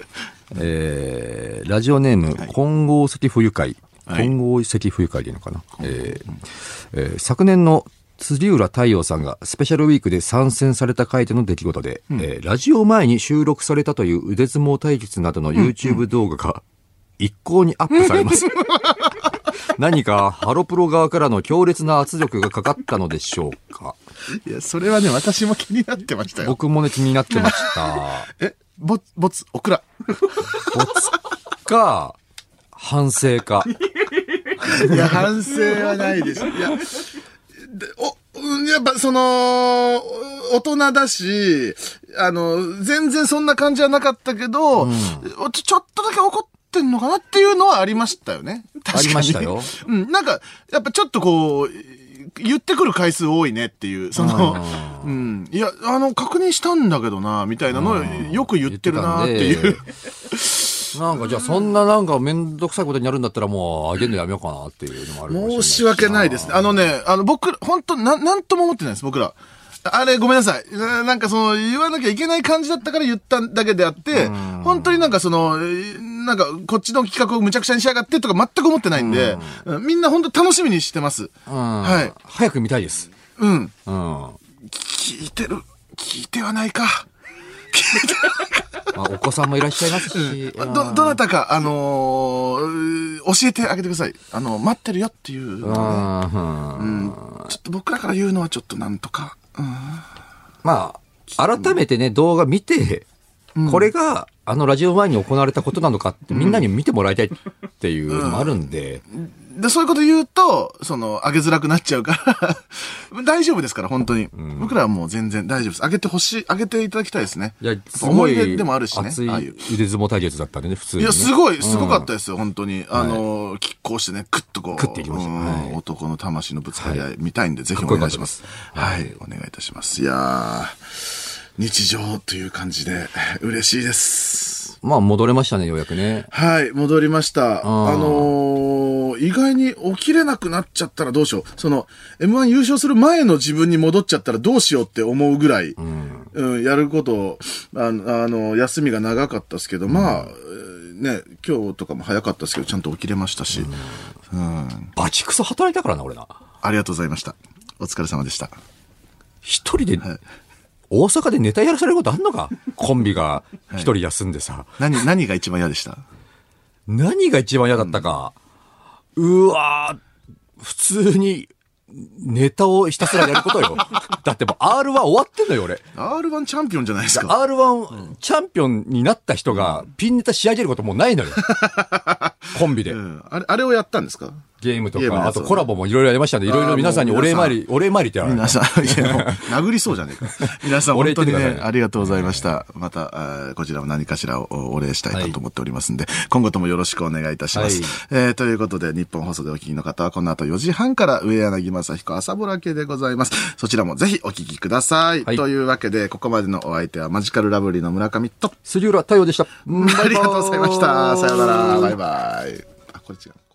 えー、ラジオネーム、はい、金剛石不愉快。金剛石不愉快でいいのかな、はい、えーえー、昨年の辻浦太陽さんがスペシャルウィークで参戦された回での出来事で、うん、えー、ラジオ前に収録されたという腕相撲対決などの YouTube 動画が一向にアップされます、うんうん、何かハロプロ側からの強烈な圧力がかかったのでしょうか？ いや、それはね、私も気になってましたよ。 僕もね、気になってましたえ、ぼ、ぼつ、オクラぼつか反省か。 いや、反省はないです。いや、お、やっぱその、大人だし、あの、全然そんな感じはなかったけど、うん、ちょっとだけ怒ってんのかなっていうのはありましたよね。確かに。 ありましたよ。 うん、なんか、やっぱちょっとこう、言ってくる回数多いねっていう、その、うん、いや、あの、確認したんだけどな、みたいなのをよく言ってるなっていう。 なんかじゃあそんななんかめんどくさいことになるんだったらもうあげるのやめようかなっていうのもあるかもしれない。 申し訳ないですね。あのね、あの僕、本当な、なんとも思ってないです、僕ら。あれごめんなさい。なんかその言わなきゃいけない感じだったから言っただけであって、本当になんかその、なんかこっちの企画をむちゃくちゃにしやがってとか全く思ってないんで、んみんな本当楽しみにしてます。はい。 早く見たいです。 うん。うん。聞いてる。 聞いてはないか。 まあ、お子さんもいらっしゃいますし。 ど、どなたか、あのー、教えてあげてください。あの、待ってるよっていうのね、うん。ちょっと僕らから言うのはちょっとなんとか。うん、 まあ、改めてね、動画見て、うん、これが、あのラジオ前に行われたことなのかってみんなに見てもらいたいっていうのもあるんで。 うんうんで、そういうこと言うと、その、上げづらくなっちゃうから大丈夫ですから、本当に、うん。僕らはもう全然大丈夫です。上げてほしい、上げていただきたいですね。 いや、すごい。 思い出でもあるしね。 熱い腕相撲対決だったんでね、普通に、ね。 いや、すごい、すごかったですよ、うん、本当に。あの、拮抗してね、クッとこう。 食っていきました、はい。 男の魂のぶつかり合い見たいんで、はい、ぜひお願いします。はい、お願いいたします。いやー、日常という感じで、嬉しいです。 まあ、戻れましたね、ようやくね。 はい、戻りました。あのー、意外に起きれなくなっちゃったらどうしよう。その、エムワン 優勝する前の自分に戻っちゃったらどうしようって思うぐらい、うん、うん、やること、あの、あの休みが長かったですけど、うん、まあ、ね、今日とかも早かったですけど、ちゃんと起きれましたし。うん。うん、 バチクソ働いたからな、俺な。 ありがとうございました。お疲れ様でした。 一人で、はい、大阪でネタやらされることあんのかコンビが一人休んでさ、はい、 何、何が一番嫌でした？ 何が一番嫌だったか、うん、うわー、普通にネタをひたすらやることよ。だってもう アールワン 終わってんのよ、俺。 アールワン チャンピオンじゃないですか。 アールワン チャンピオンになった人がピンネタ仕上げることもうないのよ。コンビで、 うん。あれ、あれをやったんですか？ ゲームとか、あとコラボもいろいろやりましたんで、いろいろ皆さんにお礼参り、お礼参りってやら皆さん、いやもう殴りそうじゃねえか。皆さん本当にね、ありがとうございました。また、こちらも何かしらをお礼したいなと思っておりますんで、はい、今後ともよろしくお願いいたします。はい、えー、ということで、日本放送でお聞きの方は、この後よじはんから上柳正彦朝ぼら系でございます。そちらもぜひお聞きください。はい、というわけで、ここまでのお相手はマジカルラブリーの村上と、 杉浦太陽でした。 ありがとうございました。さよなら。バイバイ。あ、これ違う。